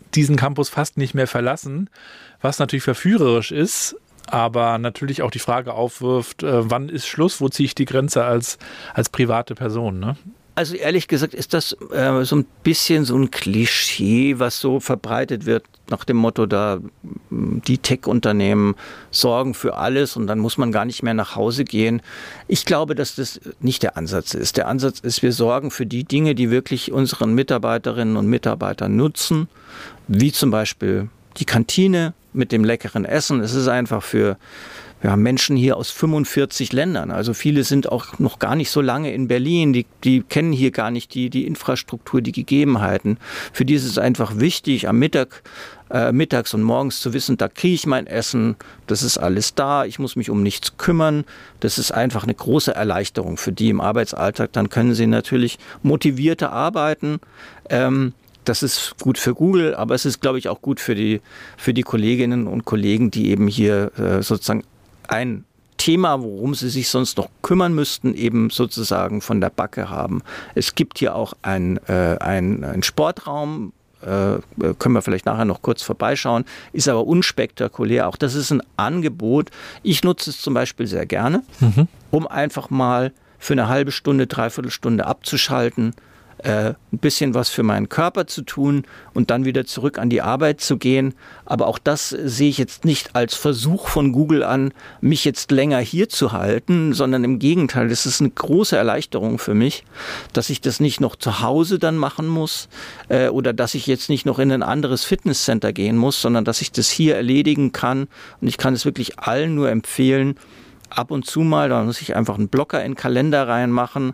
diesen Campus fast nicht mehr verlassen, was natürlich verführerisch ist, aber natürlich auch die Frage aufwirft, äh, wann ist Schluss, wo ziehe ich die Grenze als, als private Person, ne? Also ehrlich gesagt ist das äh, so ein bisschen so ein Klischee, was so verbreitet wird nach dem Motto, da die Tech-Unternehmen sorgen für alles und dann muss man gar nicht mehr nach Hause gehen. Ich glaube, dass das nicht der Ansatz ist. Der Ansatz ist, wir sorgen für die Dinge, die wirklich unseren Mitarbeiterinnen und Mitarbeitern nutzen, wie zum Beispiel die Kantine mit dem leckeren Essen. Es ist einfach für Wir haben Menschen hier aus fünfundvierzig Ländern. Also viele sind auch noch gar nicht so lange in Berlin. Die, die kennen hier gar nicht die, die Infrastruktur, die Gegebenheiten. Für die ist es einfach wichtig, am Mittag, äh, mittags und morgens zu wissen, da kriege ich mein Essen. Das ist alles da. Ich muss mich um nichts kümmern. Das ist einfach eine große Erleichterung für die im Arbeitsalltag. Dann können sie natürlich motivierter arbeiten. Ähm, Das ist gut für Google, aber es ist, glaube ich, auch gut für die, für die Kolleginnen und Kollegen, die eben hier äh, sozusagen ein Thema, worum sie sich sonst noch kümmern müssten, eben sozusagen von der Backe haben. Es gibt hier auch ein, äh, ein, ein Sportraum, äh, können wir vielleicht nachher noch kurz vorbeischauen, ist aber unspektakulär. Auch das ist ein Angebot. Ich nutze es zum Beispiel sehr gerne, mhm. um einfach mal für eine halbe Stunde, dreiviertel Stunde abzuschalten, Äh, ein bisschen was für meinen Körper zu tun und dann wieder zurück an die Arbeit zu gehen. Aber auch das sehe ich jetzt nicht als Versuch von Google an, mich jetzt länger hier zu halten, sondern im Gegenteil, das ist eine große Erleichterung für mich, dass ich das nicht noch zu Hause dann machen muss äh, oder dass ich jetzt nicht noch in ein anderes Fitnesscenter gehen muss, sondern dass ich das hier erledigen kann. Und ich kann es wirklich allen nur empfehlen, ab und zu mal, da muss ich einfach einen Blocker in den Kalender reinmachen,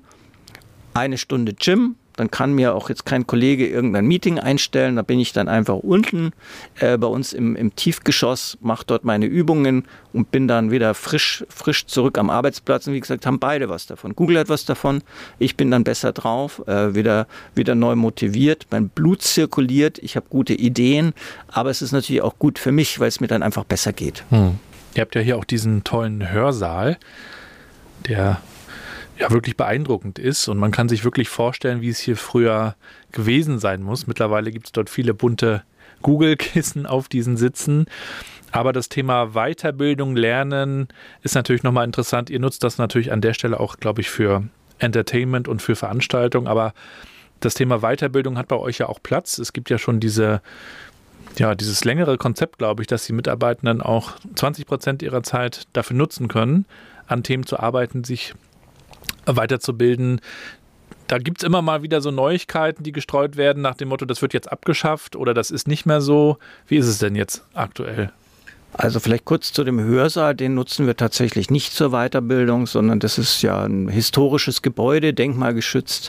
eine Stunde Gym. Dann kann mir auch jetzt kein Kollege irgendein Meeting einstellen. Da bin ich dann einfach unten äh, bei uns im, im Tiefgeschoss, mache dort meine Übungen und bin dann wieder frisch, frisch zurück am Arbeitsplatz. Und wie gesagt, haben beide was davon. Google hat was davon. Ich bin dann besser drauf, äh, wieder, wieder neu motiviert. Mein Blut zirkuliert. Ich habe gute Ideen. Aber es ist natürlich auch gut für mich, weil es mir dann einfach besser geht. Hm. Ihr habt ja hier auch diesen tollen Hörsaal, der ja wirklich beeindruckend ist und man kann sich wirklich vorstellen, wie es hier früher gewesen sein muss. Mittlerweile gibt es dort viele bunte Google-Kissen auf diesen Sitzen. Aber das Thema Weiterbildung, Lernen ist natürlich nochmal interessant. Ihr nutzt das natürlich an der Stelle auch, glaube ich, für Entertainment und für Veranstaltungen. Aber das Thema Weiterbildung hat bei euch ja auch Platz. Es gibt ja schon diese, ja, dieses längere Konzept, glaube ich, dass die Mitarbeitenden auch zwanzig Prozent ihrer Zeit dafür nutzen können, an Themen zu arbeiten, sich weiterzubilden. Da gibt es immer mal wieder so Neuigkeiten, die gestreut werden nach dem Motto, das wird jetzt abgeschafft oder das ist nicht mehr so. Wie ist es denn jetzt aktuell? Also vielleicht kurz zu dem Hörsaal, den nutzen wir tatsächlich nicht zur Weiterbildung, sondern das ist ja ein historisches Gebäude, denkmalgeschützt,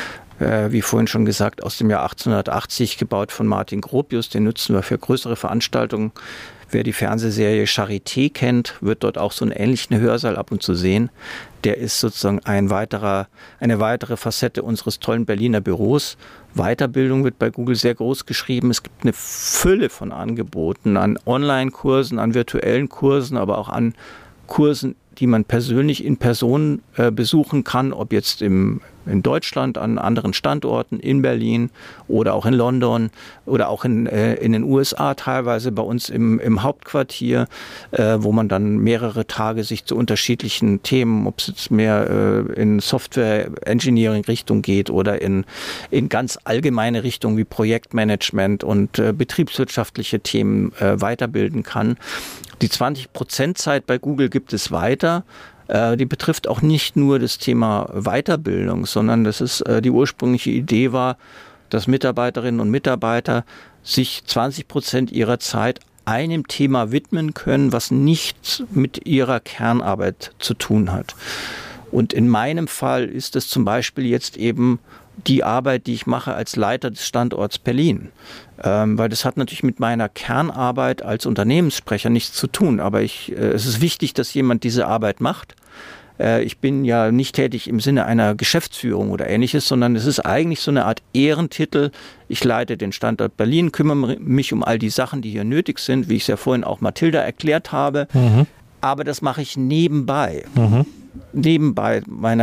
äh, wie vorhin schon gesagt, aus dem Jahr achtzehnhundertachtzig, gebaut von Martin Gropius. Den nutzen wir für größere Veranstaltungen. Wer die Fernsehserie Charité kennt, wird dort auch so einen ähnlichen Hörsaal ab und zu sehen. Der ist sozusagen ein weiterer, eine weitere Facette unseres tollen Berliner Büros. Weiterbildung wird bei Google sehr groß geschrieben. Es gibt eine Fülle von Angeboten an Online-Kursen, an virtuellen Kursen, aber auch an Kursen, die man persönlich in Person äh, besuchen kann, ob jetzt im, in Deutschland, an anderen Standorten, in Berlin oder auch in London oder auch in, äh, in den U S A teilweise bei uns im, im Hauptquartier, äh, wo man dann mehrere Tage sich zu unterschiedlichen Themen, ob es jetzt mehr äh, in Software-Engineering-Richtung geht oder in, in ganz allgemeine Richtungen wie Projektmanagement und äh, betriebswirtschaftliche Themen äh, weiterbilden kann. Die zwanzig Prozent Zeit bei Google gibt es weiter. Äh, die betrifft auch nicht nur das Thema Weiterbildung, sondern das ist äh, die ursprüngliche Idee war, dass Mitarbeiterinnen und Mitarbeiter sich zwanzig Prozent ihrer Zeit einem Thema widmen können, was nichts mit ihrer Kernarbeit zu tun hat. Und in meinem Fall ist es zum Beispiel jetzt eben die Arbeit, die ich mache als Leiter des Standorts Berlin. Ähm, weil das hat natürlich mit meiner Kernarbeit als Unternehmenssprecher nichts zu tun. Aber ich, äh, es ist wichtig, dass jemand diese Arbeit macht. Äh, ich bin ja nicht tätig im Sinne einer Geschäftsführung oder Ähnliches, sondern es ist eigentlich so eine Art Ehrentitel. Ich leite den Standort Berlin, kümmere mich um all die Sachen, die hier nötig sind, wie ich es ja vorhin auch Mathilda erklärt habe. Mhm. Aber das mache ich nebenbei. Mhm. Nebenbei meiner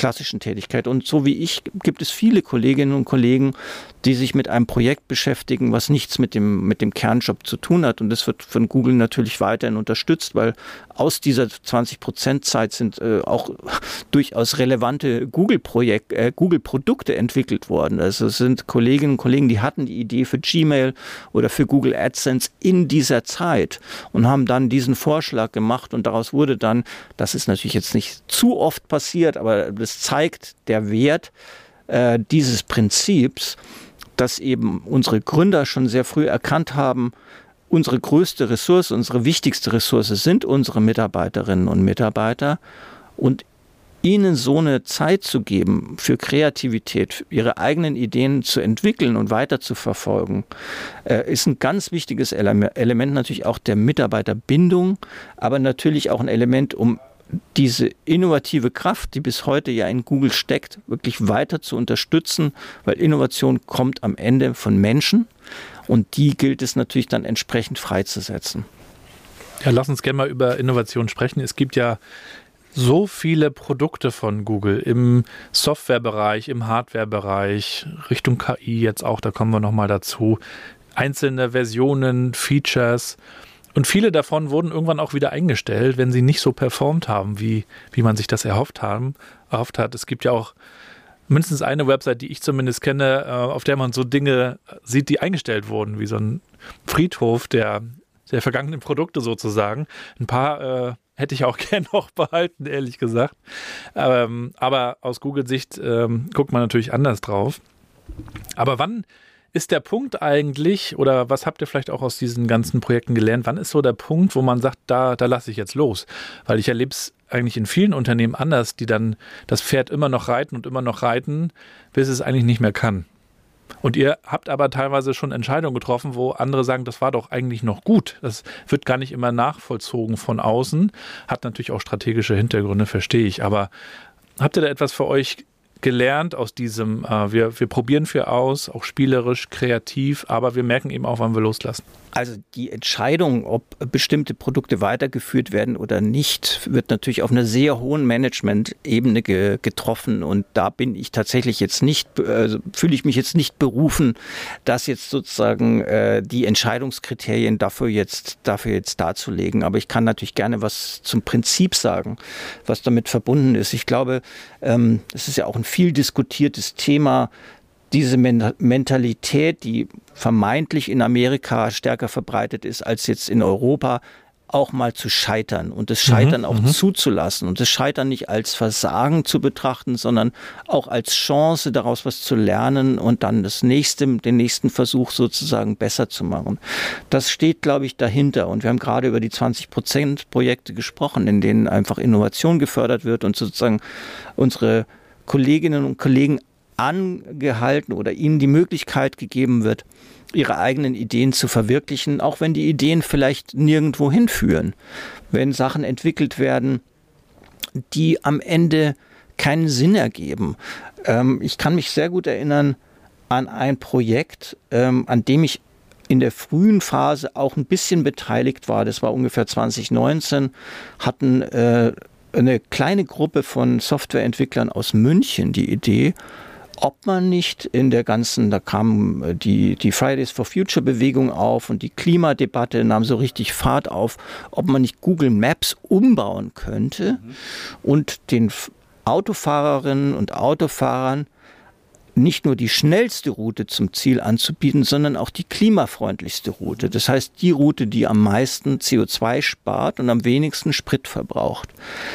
klassischen Tätigkeit. Und so wie ich gibt es viele Kolleginnen und Kollegen, die sich mit einem Projekt beschäftigen, was nichts mit dem, mit dem Kernjob zu tun hat. Und das wird von Google natürlich weiterhin unterstützt, weil aus dieser zwanzig Prozent Zeit sind äh, auch durchaus relevante Google-Projekt, äh, Google-Produkte entwickelt worden. Also es sind Kolleginnen und Kollegen, die hatten die Idee für Gmail oder für Google AdSense in dieser Zeit und haben dann diesen Vorschlag gemacht und daraus wurde dann, das ist natürlich jetzt nicht zu oft passiert, aber das zeigt der Wert äh, dieses Prinzips, dass eben unsere Gründer schon sehr früh erkannt haben, unsere größte Ressource, unsere wichtigste Ressource sind unsere Mitarbeiterinnen und Mitarbeiter und ihnen so eine Zeit zu geben für Kreativität, ihre eigenen Ideen zu entwickeln und weiter zu verfolgen, äh, ist ein ganz wichtiges Element, Element natürlich auch der Mitarbeiterbindung, aber natürlich auch ein Element, um diese innovative Kraft, die bis heute ja in Google steckt, wirklich weiter zu unterstützen, weil Innovation kommt am Ende von Menschen und die gilt es natürlich dann entsprechend freizusetzen. Ja, lass uns gerne mal über Innovation sprechen. Es gibt ja so viele Produkte von Google im Softwarebereich, im Hardwarebereich, Richtung K I jetzt auch, da kommen wir nochmal dazu. Einzelne Versionen, Features und viele davon wurden irgendwann auch wieder eingestellt, wenn sie nicht so performt haben, wie, wie man sich das erhofft, haben, erhofft hat. Es gibt ja auch mindestens eine Website, die ich zumindest kenne, auf der man so Dinge sieht, die eingestellt wurden, wie so ein Friedhof der, der vergangenen Produkte sozusagen. Ein paar äh, hätte ich auch gern noch behalten, ehrlich gesagt. Ähm, aber aus Google-Sicht ähm, guckt man natürlich anders drauf. Aber wann ist der Punkt eigentlich, oder was habt ihr vielleicht auch aus diesen ganzen Projekten gelernt, wann ist so der Punkt, wo man sagt, da, da lasse ich jetzt los? Weil ich erlebe es eigentlich in vielen Unternehmen anders, die dann das Pferd immer noch reiten und immer noch reiten, bis es eigentlich nicht mehr kann. Und ihr habt aber teilweise schon Entscheidungen getroffen, wo andere sagen, das war doch eigentlich noch gut. Das wird gar nicht immer nachvollzogen von außen. Hat natürlich auch strategische Hintergründe, verstehe ich. Aber habt ihr da etwas für euch gelernt aus diesem, äh, wir, wir probieren viel aus, auch spielerisch, kreativ, aber wir merken eben auch, wann wir loslassen? Also die Entscheidung, ob bestimmte Produkte weitergeführt werden oder nicht, wird natürlich auf einer sehr hohen Management-Ebene ge- getroffen und da bin ich tatsächlich jetzt nicht, äh, fühle ich mich jetzt nicht berufen, das jetzt sozusagen äh, die Entscheidungskriterien dafür jetzt, dafür jetzt darzulegen. Aber ich kann natürlich gerne was zum Prinzip sagen, was damit verbunden ist. Ich glaube, ähm, es ist ja auch ein viel diskutiertes Thema, diese Mentalität, die vermeintlich in Amerika stärker verbreitet ist als jetzt in Europa, auch mal zu scheitern und das Scheitern mhm, auch m- zuzulassen und das Scheitern nicht als Versagen zu betrachten, sondern auch als Chance, daraus was zu lernen und dann das nächste, den nächsten Versuch sozusagen besser zu machen. Das steht, glaube ich, dahinter und wir haben gerade über die zwanzig Prozent Projekte gesprochen, in denen einfach Innovation gefördert wird und sozusagen unsere Kolleginnen und Kollegen angehalten oder ihnen die Möglichkeit gegeben wird, ihre eigenen Ideen zu verwirklichen, auch wenn die Ideen vielleicht nirgendwo hinführen. Wenn Sachen entwickelt werden, die am Ende keinen Sinn ergeben. Ähm, ich kann mich sehr gut erinnern an ein Projekt, ähm, an dem ich in der frühen Phase auch ein bisschen beteiligt war. Das war ungefähr zwanzig neunzehn, hatten äh, eine kleine Gruppe von Softwareentwicklern aus München die Idee, ob man nicht in der ganzen, da kam die, die Fridays for Future Bewegung auf und die Klimadebatte nahm so richtig Fahrt auf, ob man nicht Google Maps umbauen könnte mhm. und den Autofahrerinnen und Autofahrern nicht nur die schnellste Route zum Ziel anzubieten, sondern auch die klimafreundlichste Route. Das heißt, die Route, die am meisten C O zwei spart und am wenigsten Sprit verbraucht.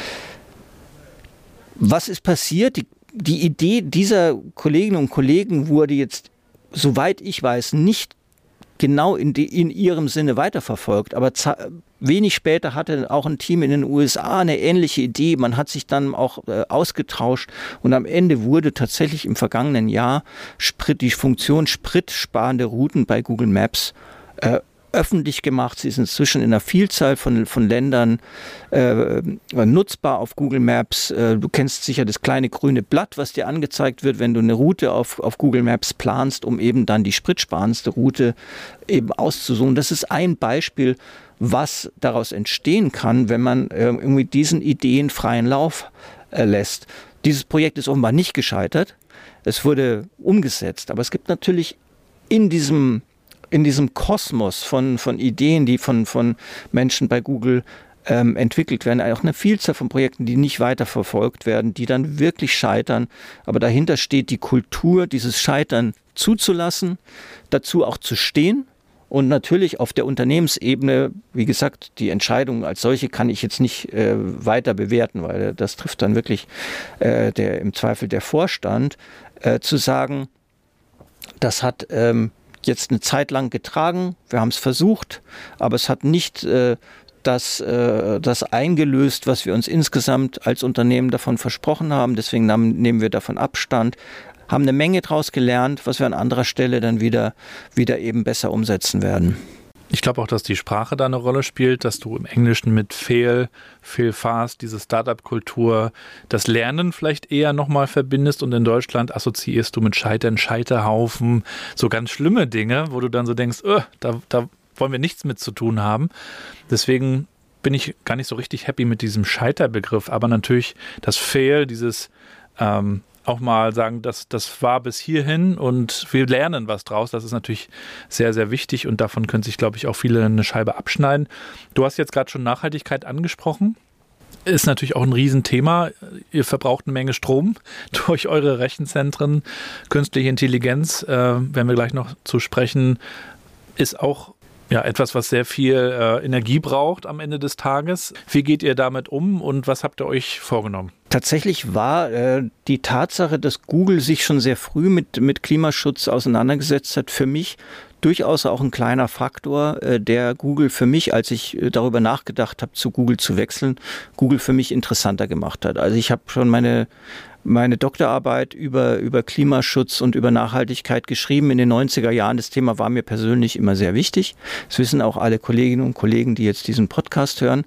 Was ist passiert? Die Die Idee dieser Kolleginnen und Kollegen wurde jetzt, soweit ich weiß, nicht genau in, die, in ihrem Sinne weiterverfolgt. Aber za- wenig später hatte auch ein Team in den U S A eine ähnliche Idee. Man hat sich dann auch äh, ausgetauscht und am Ende wurde tatsächlich im vergangenen Jahr Sprit, die Funktion spritsparende Routen bei Google Maps äh, öffentlich gemacht. Sie ist inzwischen in einer Vielzahl von, von Ländern äh, nutzbar auf Google Maps. Äh, du kennst sicher das kleine grüne Blatt, was dir angezeigt wird, wenn du eine Route auf, auf Google Maps planst, um eben dann die spritsparendste Route eben auszusuchen. Das ist ein Beispiel, was daraus entstehen kann, wenn man äh, irgendwie diesen Ideen freien Lauf äh, lässt. Dieses Projekt ist offenbar nicht gescheitert. Es wurde umgesetzt. Aber es gibt natürlich in diesem, in diesem Kosmos von, von Ideen, die von, von Menschen bei Google ähm, entwickelt werden, auch eine Vielzahl von Projekten, die nicht weiterverfolgt werden, die dann wirklich scheitern. Aber dahinter steht die Kultur, dieses Scheitern zuzulassen, dazu auch zu stehen. Und natürlich auf der Unternehmensebene, wie gesagt, die Entscheidung als solche kann ich jetzt nicht äh, weiter bewerten, weil das trifft dann wirklich äh, der, im Zweifel der Vorstand, äh, zu sagen, das hat ähm, jetzt eine Zeit lang getragen, wir haben es versucht, aber es hat nicht äh, das, äh, das eingelöst, was wir uns insgesamt als Unternehmen davon versprochen haben. Deswegen nehmen wir davon Abstand. Haben eine Menge daraus gelernt, was wir an anderer Stelle dann wieder, wieder eben besser umsetzen werden. Ich glaube auch, dass die Sprache da eine Rolle spielt, dass du im Englischen mit fail, fail fast, diese Startup-Kultur, das Lernen vielleicht eher nochmal verbindest und in Deutschland assoziierst du mit Scheitern, Scheiterhaufen, so ganz schlimme Dinge, wo du dann so denkst, oh, da, da wollen wir nichts mit zu tun haben. Deswegen bin ich gar nicht so richtig happy mit diesem Scheiterbegriff, aber natürlich das Fail, dieses ähm, auch mal sagen, das, das war bis hierhin und wir lernen was draus. Das ist natürlich sehr, sehr wichtig und davon können sich, glaube ich, auch viele eine Scheibe abschneiden. Du hast jetzt gerade schon Nachhaltigkeit angesprochen. Ist natürlich auch ein Riesenthema. Ihr verbraucht eine Menge Strom durch eure Rechenzentren. Künstliche Intelligenz, äh, werden wir gleich noch zu sprechen, ist auch ja, etwas, was sehr viel äh, Energie braucht am Ende des Tages. Wie geht ihr damit um und was habt ihr euch vorgenommen? Tatsächlich war äh, die Tatsache, dass Google sich schon sehr früh mit, mit Klimaschutz auseinandergesetzt hat, für mich durchaus auch ein kleiner Faktor, äh, der Google für mich, als ich äh, darüber nachgedacht habe, zu Google zu wechseln, Google für mich interessanter gemacht hat. Also ich habe schon meine meine Doktorarbeit über, über Klimaschutz und über Nachhaltigkeit geschrieben in den neunziger Jahren. Das Thema war mir persönlich immer sehr wichtig. Das wissen auch alle Kolleginnen und Kollegen, die jetzt diesen Podcast hören.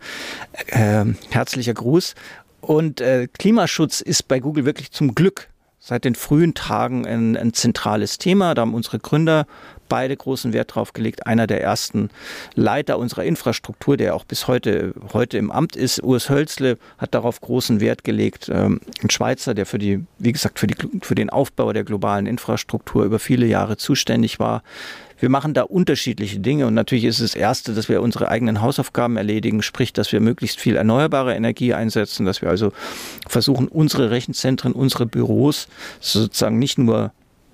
Äh, herzlicher Gruß. Und äh, Klimaschutz ist bei Google wirklich zum Glück seit den frühen Tagen ein, ein zentrales Thema. Da haben unsere Gründer beide großen Wert drauf gelegt. Einer der ersten Leiter unserer Infrastruktur, der auch bis heute, heute im Amt ist, Urs Hölzle, hat darauf großen Wert gelegt. Ähm, ein Schweizer, der für die, wie gesagt, für die, für den Aufbau der globalen Infrastruktur über viele Jahre zuständig war. Wir machen da unterschiedliche Dinge und natürlich ist das Erste, dass wir unsere eigenen Hausaufgaben erledigen, sprich, dass wir möglichst viel erneuerbare Energie einsetzen, dass wir also versuchen, unsere Rechenzentren, unsere Büros sozusagen nicht nur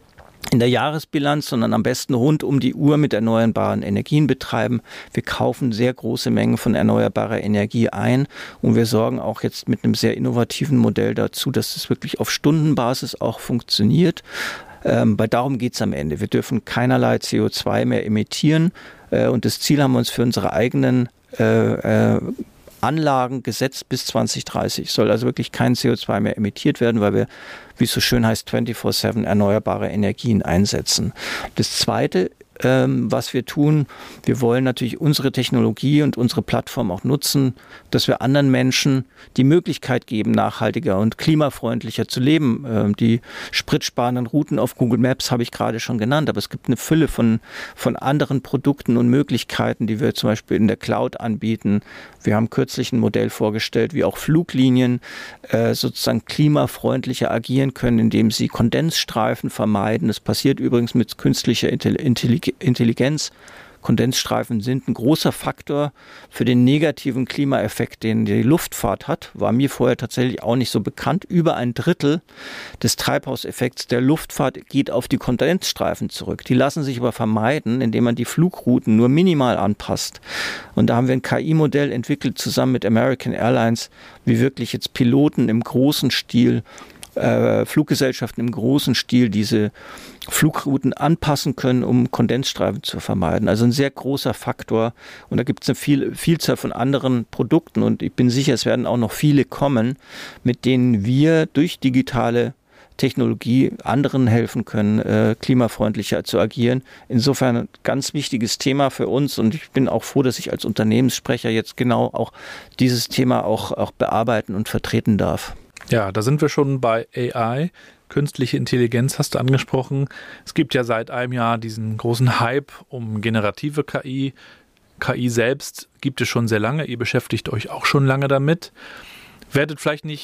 in der Jahresbilanz, sondern am besten rund um die Uhr mit erneuerbaren Energien betreiben. Wir kaufen sehr große Mengen von erneuerbarer Energie ein und wir sorgen auch jetzt mit einem sehr innovativen Modell dazu, dass es wirklich auf Stundenbasis auch funktioniert. Ähm, weil darum geht es am Ende. Wir dürfen keinerlei C O zwei mehr emittieren äh, und das Ziel haben wir uns für unsere eigenen äh, äh, Anlagen gesetzt bis zwanzig dreißig. Soll also wirklich kein C O zwei mehr emittiert werden, weil wir, wie es so schön heißt, vierundzwanzig sieben erneuerbare Energien einsetzen. Das Zweite, ähm, was wir tun, wir wollen natürlich unsere Technologie und unsere Plattform auch nutzen, dass wir anderen Menschen die Möglichkeit geben, nachhaltiger und klimafreundlicher zu leben. Ähm, die spritsparenden Routen auf Google Maps habe ich gerade schon genannt, aber es gibt eine Fülle von, von anderen Produkten und Möglichkeiten, die wir zum Beispiel in der Cloud anbieten. Wir haben kürzlich ein Modell vorgestellt, wie auch Fluglinien äh, sozusagen klimafreundlicher agieren können, indem sie Kondensstreifen vermeiden. Das passiert übrigens mit künstlicher Intelligenz. Intelligenz. Kondensstreifen sind ein großer Faktor für den negativen Klimaeffekt, den die Luftfahrt hat. War mir vorher tatsächlich auch nicht so bekannt. Über ein Drittel des Treibhauseffekts der Luftfahrt geht auf die Kondensstreifen zurück. Die lassen sich aber vermeiden, indem man die Flugrouten nur minimal anpasst. Und da haben wir ein K I-Modell entwickelt, zusammen mit American Airlines, wie wirklich jetzt Piloten im großen Stil Äh, Fluggesellschaften im großen Stil diese Flugrouten anpassen können, um Kondensstreifen zu vermeiden. Also ein sehr großer Faktor. Und da gibt es eine viel, Vielzahl von anderen Produkten. Und ich bin sicher, es werden auch noch viele kommen, mit denen wir durch digitale Technologie anderen helfen können, äh, klimafreundlicher zu agieren. Insofern ein ganz wichtiges Thema für uns. Und ich bin auch froh, dass ich als Unternehmenssprecher jetzt genau auch dieses Thema auch, auch bearbeiten und vertreten darf. Ja, da sind wir schon bei A I. Künstliche Intelligenz hast du angesprochen. Es gibt ja seit einem Jahr diesen großen Hype um generative K I. K I selbst gibt es schon sehr lange. Ihr beschäftigt euch auch schon lange damit. Werdet vielleicht nicht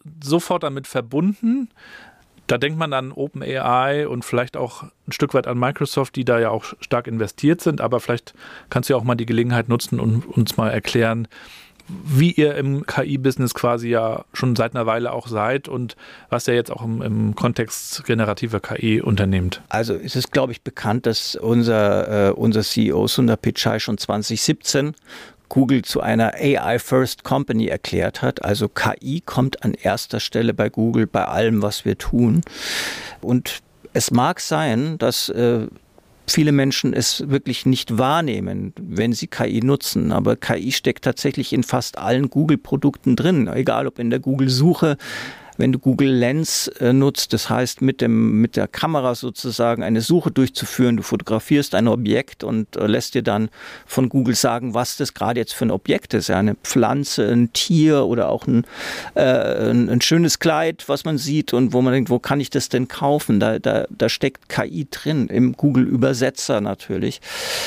sofort damit verbunden. Da denkt man an OpenAI und vielleicht auch ein Stück weit an Microsoft, die da ja auch stark investiert sind. Aber vielleicht kannst du ja auch mal die Gelegenheit nutzen und uns mal erklären, wie ihr im K I-Business quasi ja schon seit einer Weile auch seid und was ihr jetzt auch im, im Kontext generativer K I unternehmt. Also es ist, glaube ich, bekannt, dass unser, äh, unser C E O Sundar Pichai schon zwanzig siebzehn Google zu einer A I-First Company erklärt hat. Also K I kommt an erster Stelle bei Google, bei allem, was wir tun. Und es mag sein, dass äh, viele Menschen es wirklich nicht wahrnehmen, wenn sie K I nutzen. Aber K I steckt tatsächlich in fast allen Google-Produkten drin, egal ob in der Google-Suche. Wenn du Google Lens äh, nutzt, das heißt mit dem mit der Kamera sozusagen eine Suche durchzuführen, du fotografierst ein Objekt und äh, lässt dir dann von Google sagen, was das gerade jetzt für ein Objekt ist. Ja, eine Pflanze, ein Tier oder auch ein, äh, ein, ein schönes Kleid, was man sieht und wo man denkt, wo kann ich das denn kaufen? Da, da, da steckt K I drin, im Google-Übersetzer natürlich,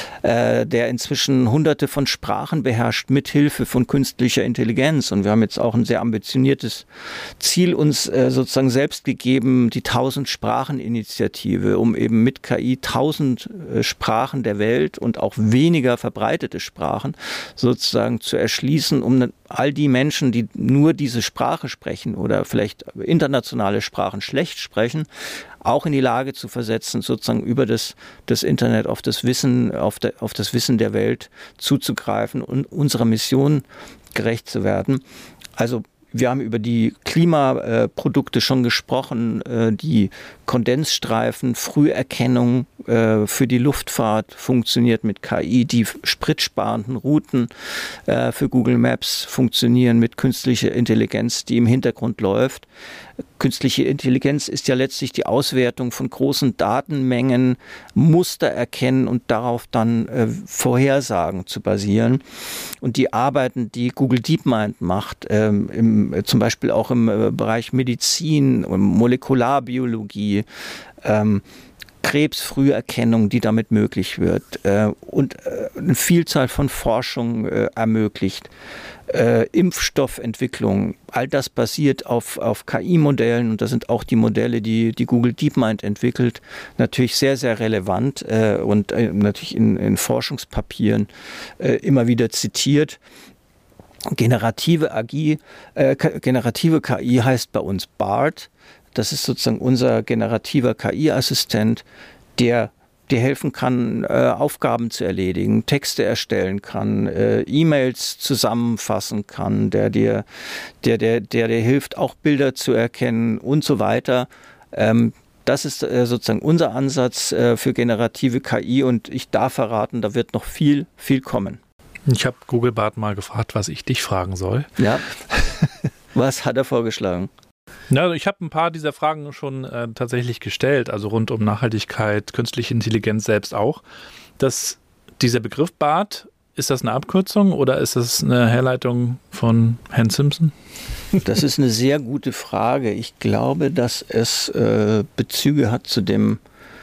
äh, der inzwischen hunderte von Sprachen beherrscht, mit Hilfe von künstlicher Intelligenz. Und wir haben jetzt auch ein sehr ambitioniertes Ziel uns äh, sozusagen selbst gegeben, die Tausend-Sprachen-Initiative, um eben mit K I tausend äh, Sprachen der Welt und auch weniger verbreitete Sprachen sozusagen zu erschließen, um all die Menschen, die nur diese Sprache sprechen oder vielleicht internationale Sprachen schlecht sprechen, auch in die Lage zu versetzen, sozusagen über das, das Internet auf das Wissen, auf, der, auf das Wissen der Welt zuzugreifen und unserer Mission gerecht zu werden. Also wir haben über die Klimaprodukte schon gesprochen, die Kondensstreifen, Früherkennung für die Luftfahrt funktioniert mit K I, die spritsparenden Routen für Google Maps funktionieren mit künstlicher Intelligenz, die im Hintergrund läuft. Künstliche Intelligenz ist ja letztlich die Auswertung von großen Datenmengen, Muster erkennen und darauf dann äh, Vorhersagen zu basieren. Und die Arbeiten, die Google DeepMind macht, ähm, im, äh, zum Beispiel auch im äh, Bereich Medizin, Molekularbiologie, ähm, Krebsfrüherkennung, die damit möglich wird äh, und äh, eine Vielzahl von Forschung äh, ermöglicht. Äh, Impfstoffentwicklung, all das basiert auf, auf K I-Modellen und da sind auch die Modelle, die, die Google DeepMind entwickelt, natürlich sehr, sehr relevant äh, und äh, natürlich in, in Forschungspapieren äh, immer wieder zitiert. Generative, A G I, äh, generative K I heißt bei uns BART. Das ist sozusagen unser generativer K I-Assistent, der dir helfen kann, äh, Aufgaben zu erledigen, Texte erstellen kann, äh, E-Mails zusammenfassen kann, der dir, der, der, der dir hilft, auch Bilder zu erkennen und so weiter. Ähm, das ist äh, sozusagen unser Ansatz äh, für generative K I und ich darf verraten, da wird noch viel, viel kommen. Ich habe Google Bart mal gefragt, was ich dich fragen soll. Ja. Was hat er vorgeschlagen? Na, ich habe ein paar dieser Fragen schon äh, tatsächlich gestellt, also rund um Nachhaltigkeit, künstliche Intelligenz selbst auch. Das, dieser Begriff BART, ist das eine Abkürzung oder ist das eine Herleitung von Herrn Simpson? Das ist eine sehr gute Frage. Ich glaube, dass es äh, Bezüge hat zu dem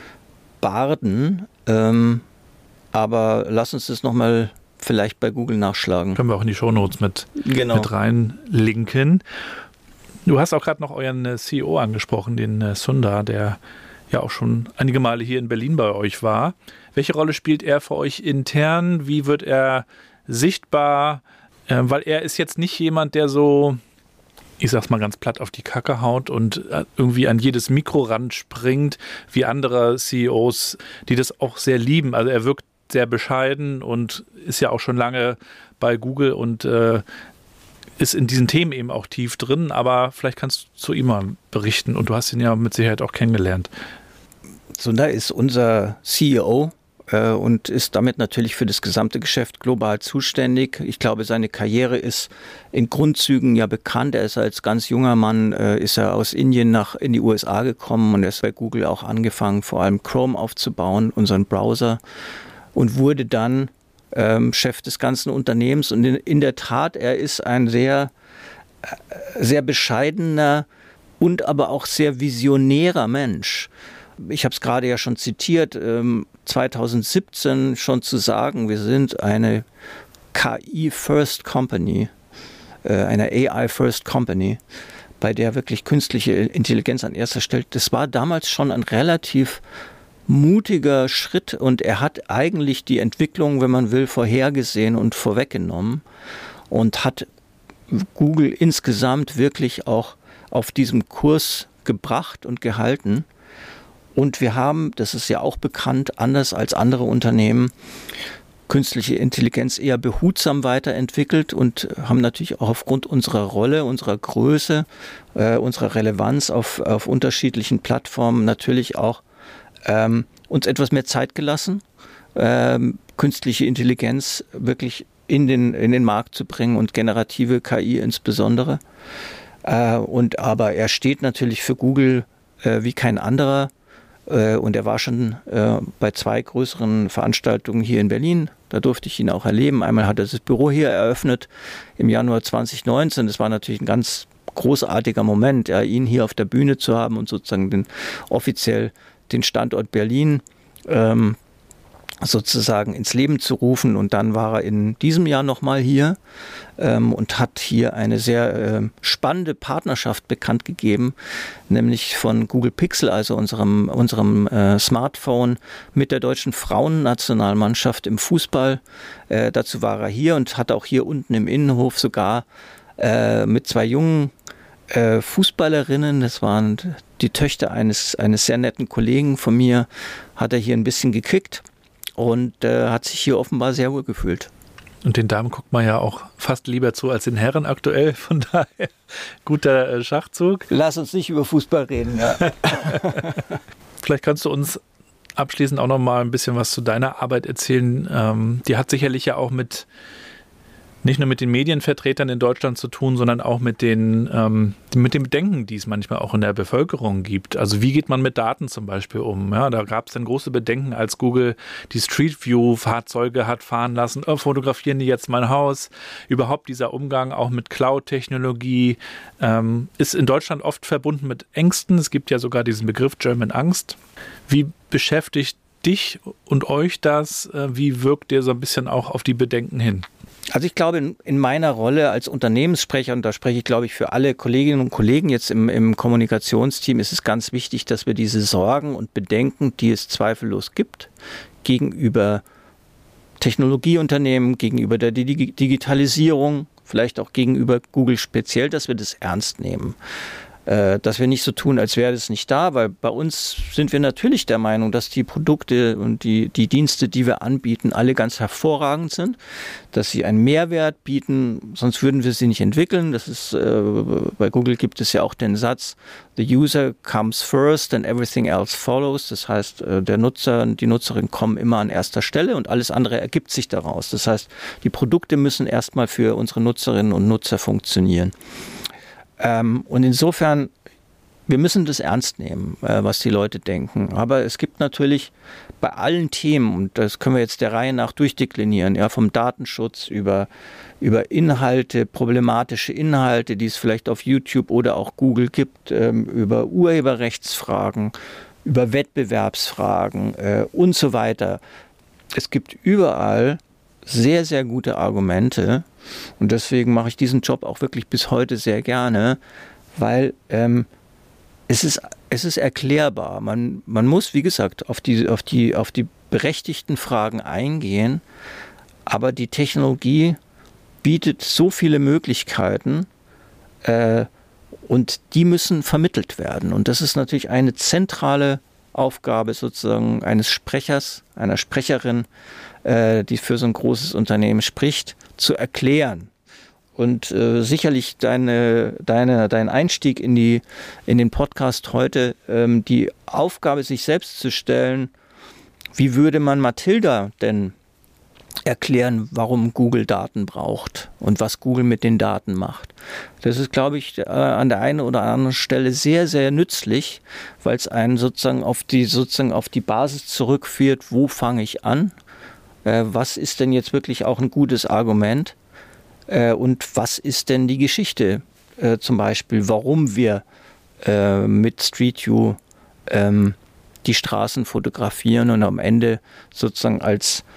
Barden, ähm, aber lass uns das nochmal vielleicht bei Google nachschlagen. Können wir auch in die Shownotes mit, genau. mit reinlinken. Du hast auch gerade noch euren C E O angesprochen, den Sundar, der ja auch schon einige Male hier in Berlin bei euch war. Welche Rolle spielt er für euch intern? Wie wird er sichtbar? Äh, weil er ist jetzt nicht jemand, der so, ich sag's mal ganz platt, auf die Kacke haut und irgendwie an jedes Mikro ranspringt, wie andere C E Os, die das auch sehr lieben. Also er wirkt sehr bescheiden und ist ja auch schon lange bei Google und äh, ist in diesen Themen eben auch tief drin, aber vielleicht kannst du zu ihm mal berichten und du hast ihn ja mit Sicherheit auch kennengelernt. Sundar ist unser C E O äh, und ist damit natürlich für das gesamte Geschäft global zuständig. Ich glaube, seine Karriere ist in Grundzügen ja bekannt. Er ist als ganz junger Mann, äh, ist er aus Indien nach in die U S A gekommen und er ist bei Google auch angefangen, vor allem Chrome aufzubauen, unseren Browser, und wurde dann Ähm, Chef des ganzen Unternehmens. Und in, in der Tat, er ist ein sehr, sehr bescheidener und aber auch sehr visionärer Mensch. Ich habe es gerade ja schon zitiert, ähm, zwanzig siebzehn schon zu sagen, wir sind eine K I-First Company, äh, eine A I-First Company. bei der wirklich künstliche Intelligenz an erster Stelle, das war damals schon ein relativ mutiger Schritt und er hat eigentlich die Entwicklung, wenn man will, vorhergesehen und vorweggenommen und hat Google insgesamt wirklich auch auf diesem Kurs gebracht und gehalten. Und wir haben, das ist ja auch bekannt, anders als andere Unternehmen, künstliche Intelligenz eher behutsam weiterentwickelt und haben natürlich auch aufgrund unserer Rolle, unserer Größe, äh, unserer Relevanz auf, auf unterschiedlichen Plattformen natürlich auch ähm, uns etwas mehr Zeit gelassen, ähm, künstliche Intelligenz wirklich in den, in den Markt zu bringen und generative K I insbesondere. Äh, und aber er steht natürlich für Google äh, wie kein anderer. Und er war schon äh, bei zwei größeren Veranstaltungen hier in Berlin. Da durfte ich ihn auch erleben. Einmal hat er das Büro hier eröffnet im Januar zwanzig neunzehn. Das war natürlich ein ganz großartiger Moment, ja, ihn hier auf der Bühne zu haben und sozusagen den, offiziell den Standort Berlin ähm, sozusagen ins Leben zu rufen. Und dann war er in diesem Jahr nochmal hier ähm, und hat hier eine sehr äh, spannende Partnerschaft bekannt gegeben, nämlich von Google Pixel, also unserem, unserem äh, Smartphone, mit der deutschen Frauennationalmannschaft im Fußball. Äh, dazu war er hier und hat auch hier unten im Innenhof sogar äh, mit zwei jungen äh, Fußballerinnen, das waren die Töchter eines, eines sehr netten Kollegen von mir, hat er hier ein bisschen gekickt. Und äh, hat sich hier offenbar sehr wohl gefühlt. Und den Damen guckt man ja auch fast lieber zu als den Herren aktuell. Von daher guter äh, Schachzug. Lass uns nicht über Fußball reden. Ja. Vielleicht kannst du uns abschließend auch noch mal ein bisschen was zu deiner Arbeit erzählen. Ähm, die hat sicherlich ja auch mit nicht nur mit den Medienvertretern in Deutschland zu tun, sondern auch mit den ähm, mit den Bedenken, die es manchmal auch in der Bevölkerung gibt. Also wie geht man mit Daten zum Beispiel um? Ja, da gab es dann große Bedenken, als Google die Street View-Fahrzeuge hat fahren lassen. Oh, fotografieren die jetzt mein Haus? Überhaupt dieser Umgang auch mit Cloud-Technologie ähm, ist in Deutschland oft verbunden mit Ängsten. Es gibt ja sogar diesen Begriff German Angst. Wie beschäftigt dich und euch das? Wie wirkt ihr so ein bisschen auch auf die Bedenken hin? Also ich glaube, in, in meiner Rolle als Unternehmenssprecher, und da spreche ich, glaube ich, für alle Kolleginnen und Kollegen jetzt im, im Kommunikationsteam, ist es ganz wichtig, dass wir diese Sorgen und Bedenken, die es zweifellos gibt, gegenüber Technologieunternehmen, gegenüber der Dig- Digitalisierung, vielleicht auch gegenüber Google speziell, dass wir das ernst nehmen. Dass wir nicht so tun, als wäre das nicht da, weil bei uns sind wir natürlich der Meinung, dass die Produkte und die, die Dienste, die wir anbieten, alle ganz hervorragend sind, dass sie einen Mehrwert bieten, sonst würden wir sie nicht entwickeln. Das ist, äh, bei Google gibt es ja auch den Satz, the user comes first and everything else follows. Das heißt, der Nutzer und die Nutzerin kommen immer an erster Stelle und alles andere ergibt sich daraus. Das heißt, die Produkte müssen erstmal für unsere Nutzerinnen und Nutzer funktionieren. Ähm, und insofern, wir müssen das ernst nehmen, äh, was die Leute denken. Aber es gibt natürlich bei allen Themen, und das können wir jetzt der Reihe nach durchdeklinieren, ja, vom Datenschutz über, über Inhalte, problematische Inhalte, die es vielleicht auf YouTube oder auch Google gibt, ähm, über Urheberrechtsfragen, über Wettbewerbsfragen äh, und so weiter. Es gibt überall sehr, sehr gute Argumente. Und deswegen mache ich diesen Job auch wirklich bis heute sehr gerne, weil ähm, es ist, es ist erklärbar. Man, man muss, wie gesagt, auf die, auf die, auf die berechtigten Fragen eingehen, aber die Technologie bietet so viele Möglichkeiten äh, und die müssen vermittelt werden. Und das ist natürlich eine zentrale Aufgabe sozusagen eines Sprechers, einer Sprecherin, äh, die für so ein großes Unternehmen spricht, zu erklären. Und äh, sicherlich deine, deine, dein Einstieg in, die, in den Podcast heute, ähm, die Aufgabe, sich selbst zu stellen, wie würde man Mathilda denn erklären, warum Google Daten braucht und was Google mit den Daten macht. Das ist, glaube ich, äh, an der einen oder anderen Stelle sehr, sehr nützlich, weil es einen sozusagen auf die, sozusagen auf die Basis zurückführt, wo fange ich an? Äh, was ist denn jetzt wirklich auch ein gutes Argument? Äh, und was ist denn die Geschichte? Äh, zum Beispiel, warum wir äh, mit Street View ähm, die Straßen fotografieren und am Ende sozusagen als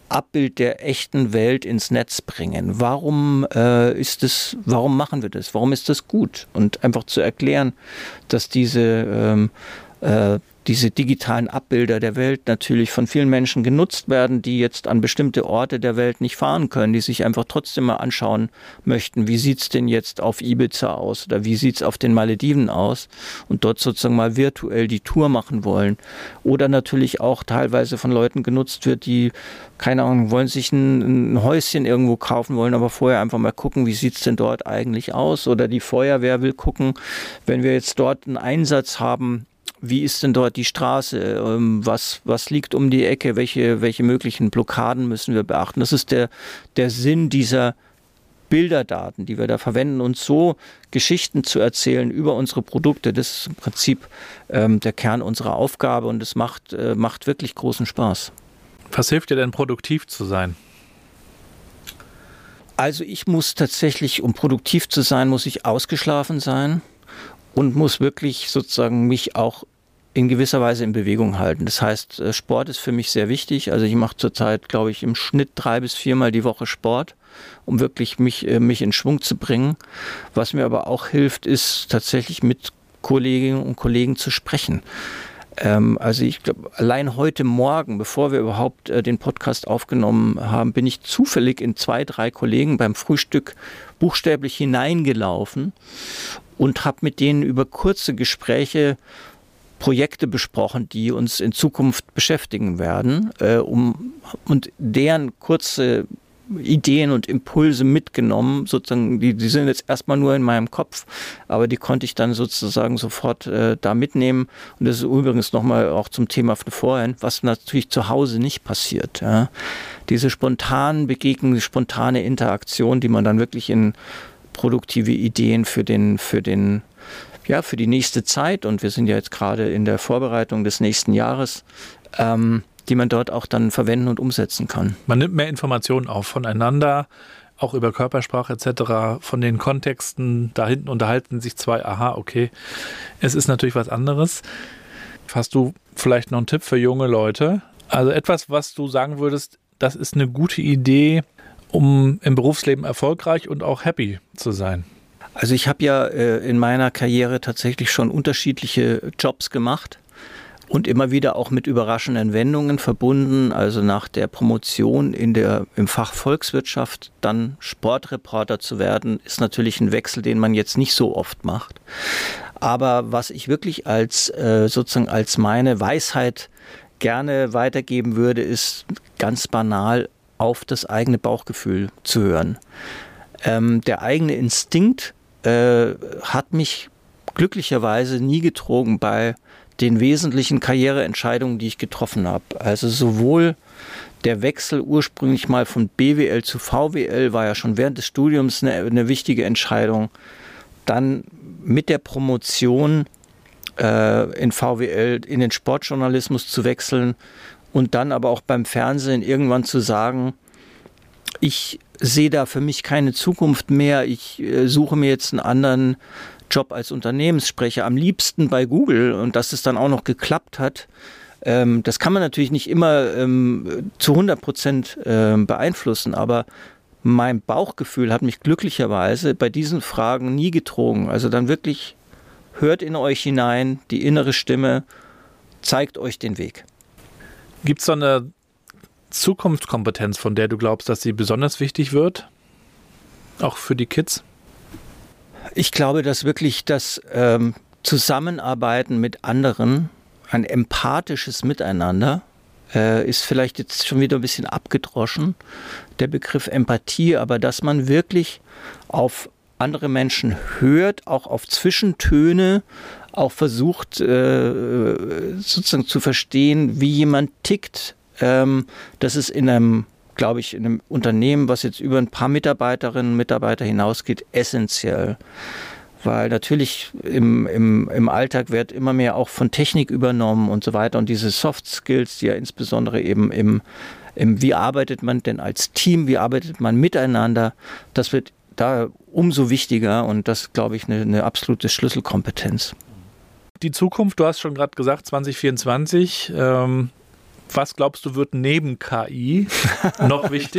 Abbild der echten Welt ins Netz bringen. Warum äh, ist es, warum machen wir das? Warum ist das gut? Und einfach zu erklären, dass diese ähm, äh, diese digitalen Abbilder der Welt natürlich von vielen Menschen genutzt werden, die jetzt an bestimmte Orte der Welt nicht fahren können, die sich einfach trotzdem mal anschauen möchten, wie sieht's denn jetzt auf Ibiza aus oder wie sieht's auf den Malediven aus und dort sozusagen mal virtuell die Tour machen wollen. Oder natürlich auch teilweise von Leuten genutzt wird, die, keine Ahnung, wollen sich ein, ein Häuschen irgendwo kaufen wollen, aber vorher einfach mal gucken, wie sieht's denn dort eigentlich aus? Oder die Feuerwehr will gucken, wenn wir jetzt dort einen Einsatz haben, wie ist denn dort die Straße? Was, was liegt um die Ecke? Welche, welche möglichen Blockaden müssen wir beachten? Das ist der, der Sinn dieser Bilderdaten, die wir da verwenden, uns so Geschichten zu erzählen über unsere Produkte. Das ist im Prinzip ähm, der Kern unserer Aufgabe und es macht, äh, macht wirklich großen Spaß. Was hilft dir denn, produktiv zu sein? Also ich muss tatsächlich, um produktiv zu sein, muss ich ausgeschlafen sein. Und muss wirklich sozusagen mich auch in gewisser Weise in Bewegung halten. Das heißt, Sport ist für mich sehr wichtig. Also ich mache zurzeit, glaube ich, im Schnitt drei bis viermal die Woche Sport, um wirklich mich, mich in Schwung zu bringen. Was mir aber auch hilft, ist tatsächlich mit Kolleginnen und Kollegen zu sprechen. Ähm, also ich glaube, allein heute Morgen, bevor wir überhaupt äh, den Podcast aufgenommen haben, bin ich zufällig in zwei, drei Kollegen beim Frühstück buchstäblich hineingelaufen und habe mit denen über kurze Gespräche Projekte besprochen, die uns in Zukunft beschäftigen werden, äh, um, und deren kurze Ideen und Impulse mitgenommen, sozusagen, die, die sind jetzt erstmal nur in meinem Kopf, aber die konnte ich dann sozusagen sofort äh, da mitnehmen. Und das ist übrigens nochmal auch zum Thema von vorhin, was natürlich zu Hause nicht passiert. Ja. Diese spontanen Begegnungen, spontane Interaktion, die man dann wirklich in produktive Ideen für den, für den, ja, für die nächste Zeit, und wir sind ja jetzt gerade in der Vorbereitung des nächsten Jahres, ähm, die man dort auch dann verwenden und umsetzen kann. Man nimmt mehr Informationen auf voneinander, auch über Körpersprache et cetera, von den Kontexten. Da hinten unterhalten sich zwei, aha, okay, es ist natürlich was anderes. Hast du vielleicht noch einen Tipp für junge Leute? Also etwas, was du sagen würdest, das ist eine gute Idee, um im Berufsleben erfolgreich und auch happy zu sein? Also ich habe ja äh, in meiner Karriere tatsächlich schon unterschiedliche Jobs gemacht. Und immer wieder auch mit überraschenden Wendungen verbunden. Also nach der Promotion in der, im Fach Volkswirtschaft dann Sportreporter zu werden, ist natürlich ein Wechsel, den man jetzt nicht so oft macht. Aber was ich wirklich als äh, sozusagen als meine Weisheit gerne weitergeben würde, ist ganz banal, auf das eigene Bauchgefühl zu hören. Ähm, der eigene Instinkt äh, hat mich glücklicherweise nie getrogen bei den wesentlichen Karriereentscheidungen, die ich getroffen habe. Also sowohl der Wechsel ursprünglich mal von B W L zu V W L war ja schon während des Studiums eine, eine wichtige Entscheidung. Dann mit der Promotion äh, in V W L in den Sportjournalismus zu wechseln und dann aber auch beim Fernsehen irgendwann zu sagen, ich sehe da für mich keine Zukunft mehr, ich äh, suche mir jetzt einen anderen Job als Unternehmenssprecher, am liebsten bei Google, und dass es dann auch noch geklappt hat, ähm, das kann man natürlich nicht immer ähm, zu hundert Prozent äh, beeinflussen, aber mein Bauchgefühl hat mich glücklicherweise bei diesen Fragen nie getrogen. Also dann wirklich hört in euch hinein, die innere Stimme zeigt euch den Weg. Gibt es so eine Zukunftskompetenz, von der du glaubst, dass sie besonders wichtig wird? Auch für die Kids? Ich glaube, dass wirklich das ähm, Zusammenarbeiten mit anderen, ein empathisches Miteinander, äh, ist vielleicht jetzt schon wieder ein bisschen abgedroschen, der Begriff Empathie, aber dass man wirklich auf andere Menschen hört, auch auf Zwischentöne, auch versucht äh, sozusagen zu verstehen, wie jemand tickt. Ähm, das ist in einem, glaube ich, in einem Unternehmen, was jetzt über ein paar Mitarbeiterinnen und Mitarbeiter hinausgeht, essentiell. Weil natürlich im, im, im Alltag wird immer mehr auch von Technik übernommen und so weiter. Und diese Soft Skills, die ja insbesondere eben im, im wie arbeitet man denn als Team, wie arbeitet man miteinander, das wird da umso wichtiger, und das, glaube ich, eine, eine absolute Schlüsselkompetenz. Die Zukunft, du hast schon gerade gesagt, zwanzig vierundzwanzig, ähm Was glaubst du, wird neben K I noch wichtig?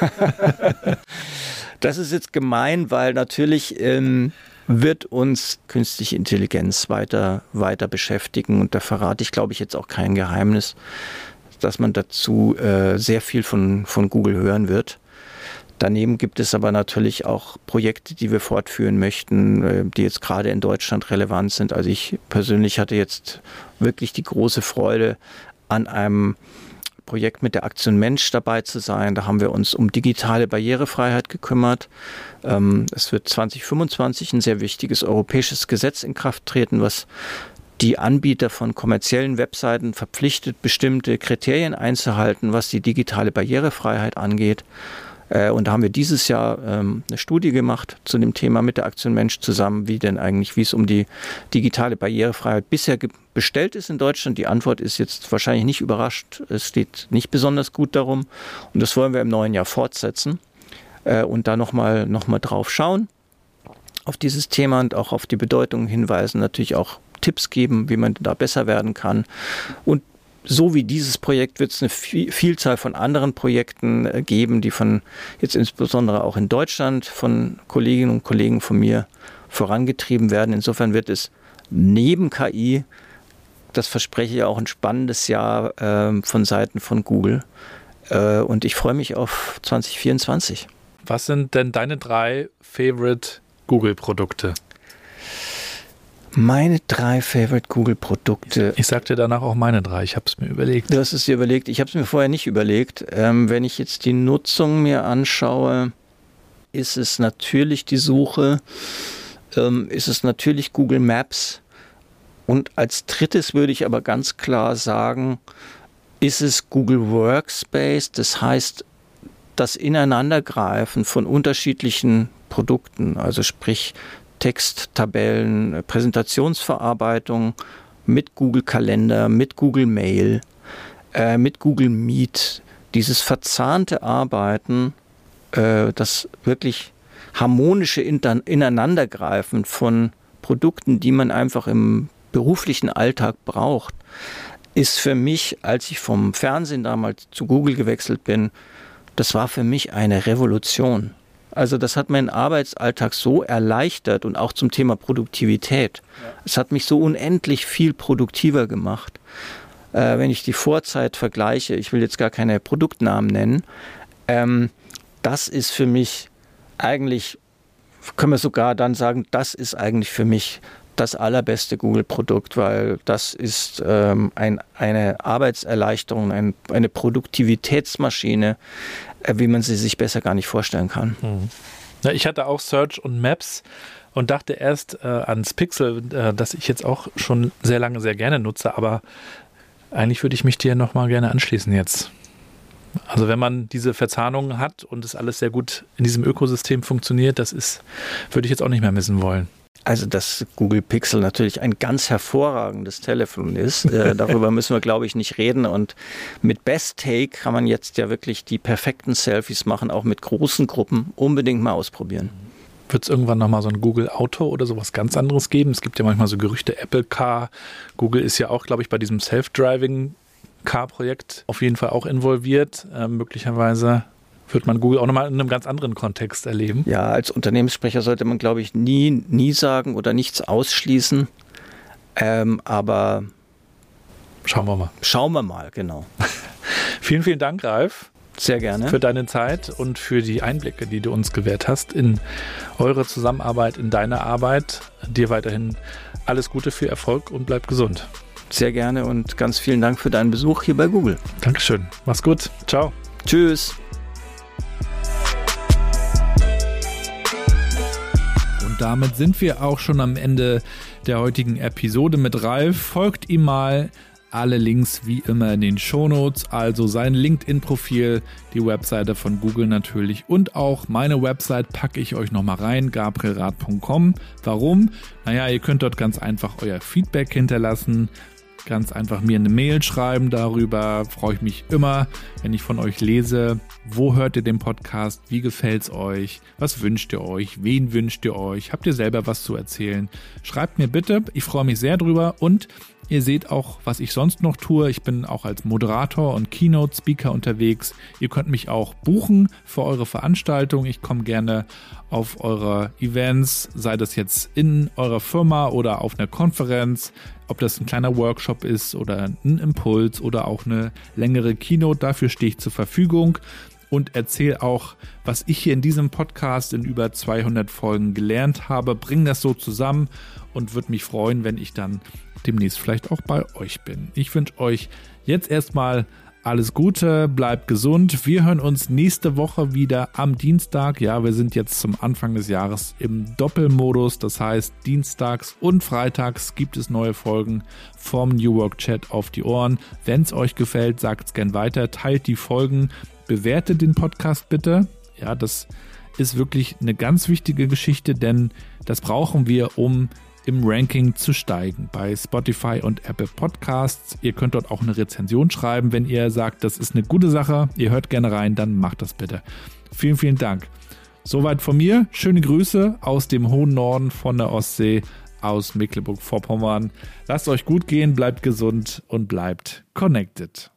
Das ist jetzt gemein, weil natürlich ähm, wird uns künstliche Intelligenz weiter, weiter beschäftigen. Und da verrate ich, glaube ich, jetzt auch kein Geheimnis, dass man dazu äh, sehr viel von, von Google hören wird. Daneben gibt es aber natürlich auch Projekte, die wir fortführen möchten, äh, die jetzt gerade in Deutschland relevant sind. Also ich persönlich hatte jetzt wirklich die große Freude, an einem Projekt mit der Aktion Mensch dabei zu sein. Da haben wir uns um digitale Barrierefreiheit gekümmert. Ähm, es wird zwanzig fünfundzwanzig ein sehr wichtiges europäisches Gesetz in Kraft treten, was die Anbieter von kommerziellen Webseiten verpflichtet, bestimmte Kriterien einzuhalten, was die digitale Barrierefreiheit angeht. Äh, und da haben wir dieses Jahr ähm, eine Studie gemacht zu dem Thema mit der Aktion Mensch zusammen, wie denn eigentlich, wie es um die digitale Barrierefreiheit bisher ge- bestellt ist in Deutschland. Die Antwort ist jetzt wahrscheinlich nicht überrascht. Es steht nicht besonders gut darum. Und das wollen wir im neuen Jahr fortsetzen äh, und da nochmal noch mal drauf schauen auf dieses Thema und auch auf die Bedeutung hinweisen, natürlich auch Tipps geben, wie man da besser werden kann. Und so wie dieses Projekt wird es eine Vielzahl von anderen Projekten geben, die von jetzt insbesondere auch in Deutschland von Kolleginnen und Kollegen von mir vorangetrieben werden. Insofern wird es neben K I, das verspreche ich auch, ein spannendes Jahr äh, von Seiten von Google. Äh, und ich freue mich auf zwanzig vierundzwanzig. Was sind denn deine drei Favorite Google-Produkte? Meine drei Favorite Google-Produkte. Ich sagte danach auch meine drei, ich habe es mir überlegt. Du hast es dir überlegt, ich habe es mir vorher nicht überlegt. Ähm, wenn ich jetzt die Nutzung mir anschaue, ist es natürlich die Suche, ähm, ist es natürlich Google Maps und als drittes würde ich aber ganz klar sagen, ist es Google Workspace, das heißt das Ineinandergreifen von unterschiedlichen Produkten, also sprich Text, Tabellen, Präsentationsverarbeitung mit Google Kalender, mit Google Mail, äh, mit Google Meet. Dieses verzahnte Arbeiten, äh, das wirklich harmonische Ineinandergreifen von Produkten, die man einfach im beruflichen Alltag braucht, ist für mich, als ich vom Fernsehen damals zu Google gewechselt bin, das war für mich eine Revolution. Also das hat meinen Arbeitsalltag so erleichtert und auch zum Thema Produktivität. Ja. Es hat mich so unendlich viel produktiver gemacht. Äh, wenn ich die Vorzeit vergleiche, ich will jetzt gar keine Produktnamen nennen, ähm, das ist für mich eigentlich, können wir sogar dann sagen, das ist eigentlich für mich das allerbeste Google-Produkt, weil das ist ähm, ein, eine Arbeitserleichterung, ein, eine Produktivitätsmaschine, äh, wie man sie sich besser gar nicht vorstellen kann. Mhm. Ja, ich hatte auch Search und Maps und dachte erst äh, ans Pixel, äh, das ich jetzt auch schon sehr lange sehr gerne nutze, aber eigentlich würde ich mich dir nochmal gerne anschließen jetzt. Also wenn man diese Verzahnungen hat und es alles sehr gut in diesem Ökosystem funktioniert, das ist, würde ich jetzt auch nicht mehr missen wollen. Also dass Google Pixel natürlich ein ganz hervorragendes Telefon ist, äh, darüber müssen wir, glaube ich, nicht reden. Und mit Best Take kann man jetzt ja wirklich die perfekten Selfies machen, auch mit großen Gruppen. Unbedingt mal ausprobieren. Wird es irgendwann nochmal so ein Google Auto oder sowas ganz anderes geben? Es gibt ja manchmal so Gerüchte, Apple Car. Google ist ja auch, glaube ich, bei diesem Self-Driving Car-Projekt auf jeden Fall auch involviert. Äh, möglicherweise wird man Google auch nochmal in einem ganz anderen Kontext erleben. Ja, als Unternehmenssprecher sollte man, glaube ich, nie, nie sagen oder nichts ausschließen. Ähm, aber schauen wir mal. Schauen wir mal, genau. Vielen, vielen Dank, Ralf. Sehr gerne. Für deine Zeit und für die Einblicke, die du uns gewährt hast in eure Zusammenarbeit, in deine Arbeit. Dir weiterhin alles Gute, viel Erfolg und bleib gesund. Sehr gerne und ganz vielen Dank für deinen Besuch hier bei Google. Dankeschön. Mach's gut. Ciao. Tschüss. Und damit sind wir auch schon am Ende der heutigen Episode mit Ralf. Folgt ihm mal. Alle Links wie immer in den Shownotes, also sein LinkedIn-Profil, die Webseite von Google natürlich und auch meine Website packe ich euch nochmal rein, gabrielrath punkt com. Warum? Naja, ihr könnt dort ganz einfach euer Feedback hinterlassen. ganz einfach mir eine Mail schreiben. Darüber freue ich mich immer, wenn ich von euch lese. Wo hört ihr den Podcast? Wie gefällt's euch? Was wünscht ihr euch? Wen wünscht ihr euch? Habt ihr selber was zu erzählen? Schreibt mir bitte. Ich freue mich sehr drüber und ihr seht auch, was ich sonst noch tue. Ich bin auch als Moderator und Keynote-Speaker unterwegs. Ihr könnt mich auch buchen für eure Veranstaltung. Ich komme gerne auf eure Events, sei das jetzt in eurer Firma oder auf einer Konferenz, ob das ein kleiner Workshop ist oder ein Impuls oder auch eine längere Keynote. Dafür stehe ich zur Verfügung und erzähle auch, was ich hier in diesem Podcast in über zweihundert Folgen gelernt habe. Bringe das so zusammen und würde mich freuen, wenn ich dann demnächst vielleicht auch bei euch bin. Ich wünsche euch jetzt erstmal alles Gute, bleibt gesund. Wir hören uns nächste Woche wieder am Dienstag. Ja, wir sind jetzt zum Anfang des Jahres im Doppelmodus. Das heißt, dienstags und freitags gibt es neue Folgen vom New Work Chat auf die Ohren. Wenn es euch gefällt, sagt es gern weiter, teilt die Folgen, bewertet den Podcast bitte. Ja, das ist wirklich eine ganz wichtige Geschichte, denn das brauchen wir, um im Ranking zu steigen bei Spotify und Apple Podcasts. Ihr könnt dort auch eine Rezension schreiben, wenn ihr sagt, das ist eine gute Sache, ihr hört gerne rein, dann macht das bitte. Vielen, vielen Dank. Soweit von mir. Schöne Grüße aus dem hohen Norden von der Ostsee, aus Mecklenburg-Vorpommern. Lasst euch gut gehen, bleibt gesund und bleibt connected.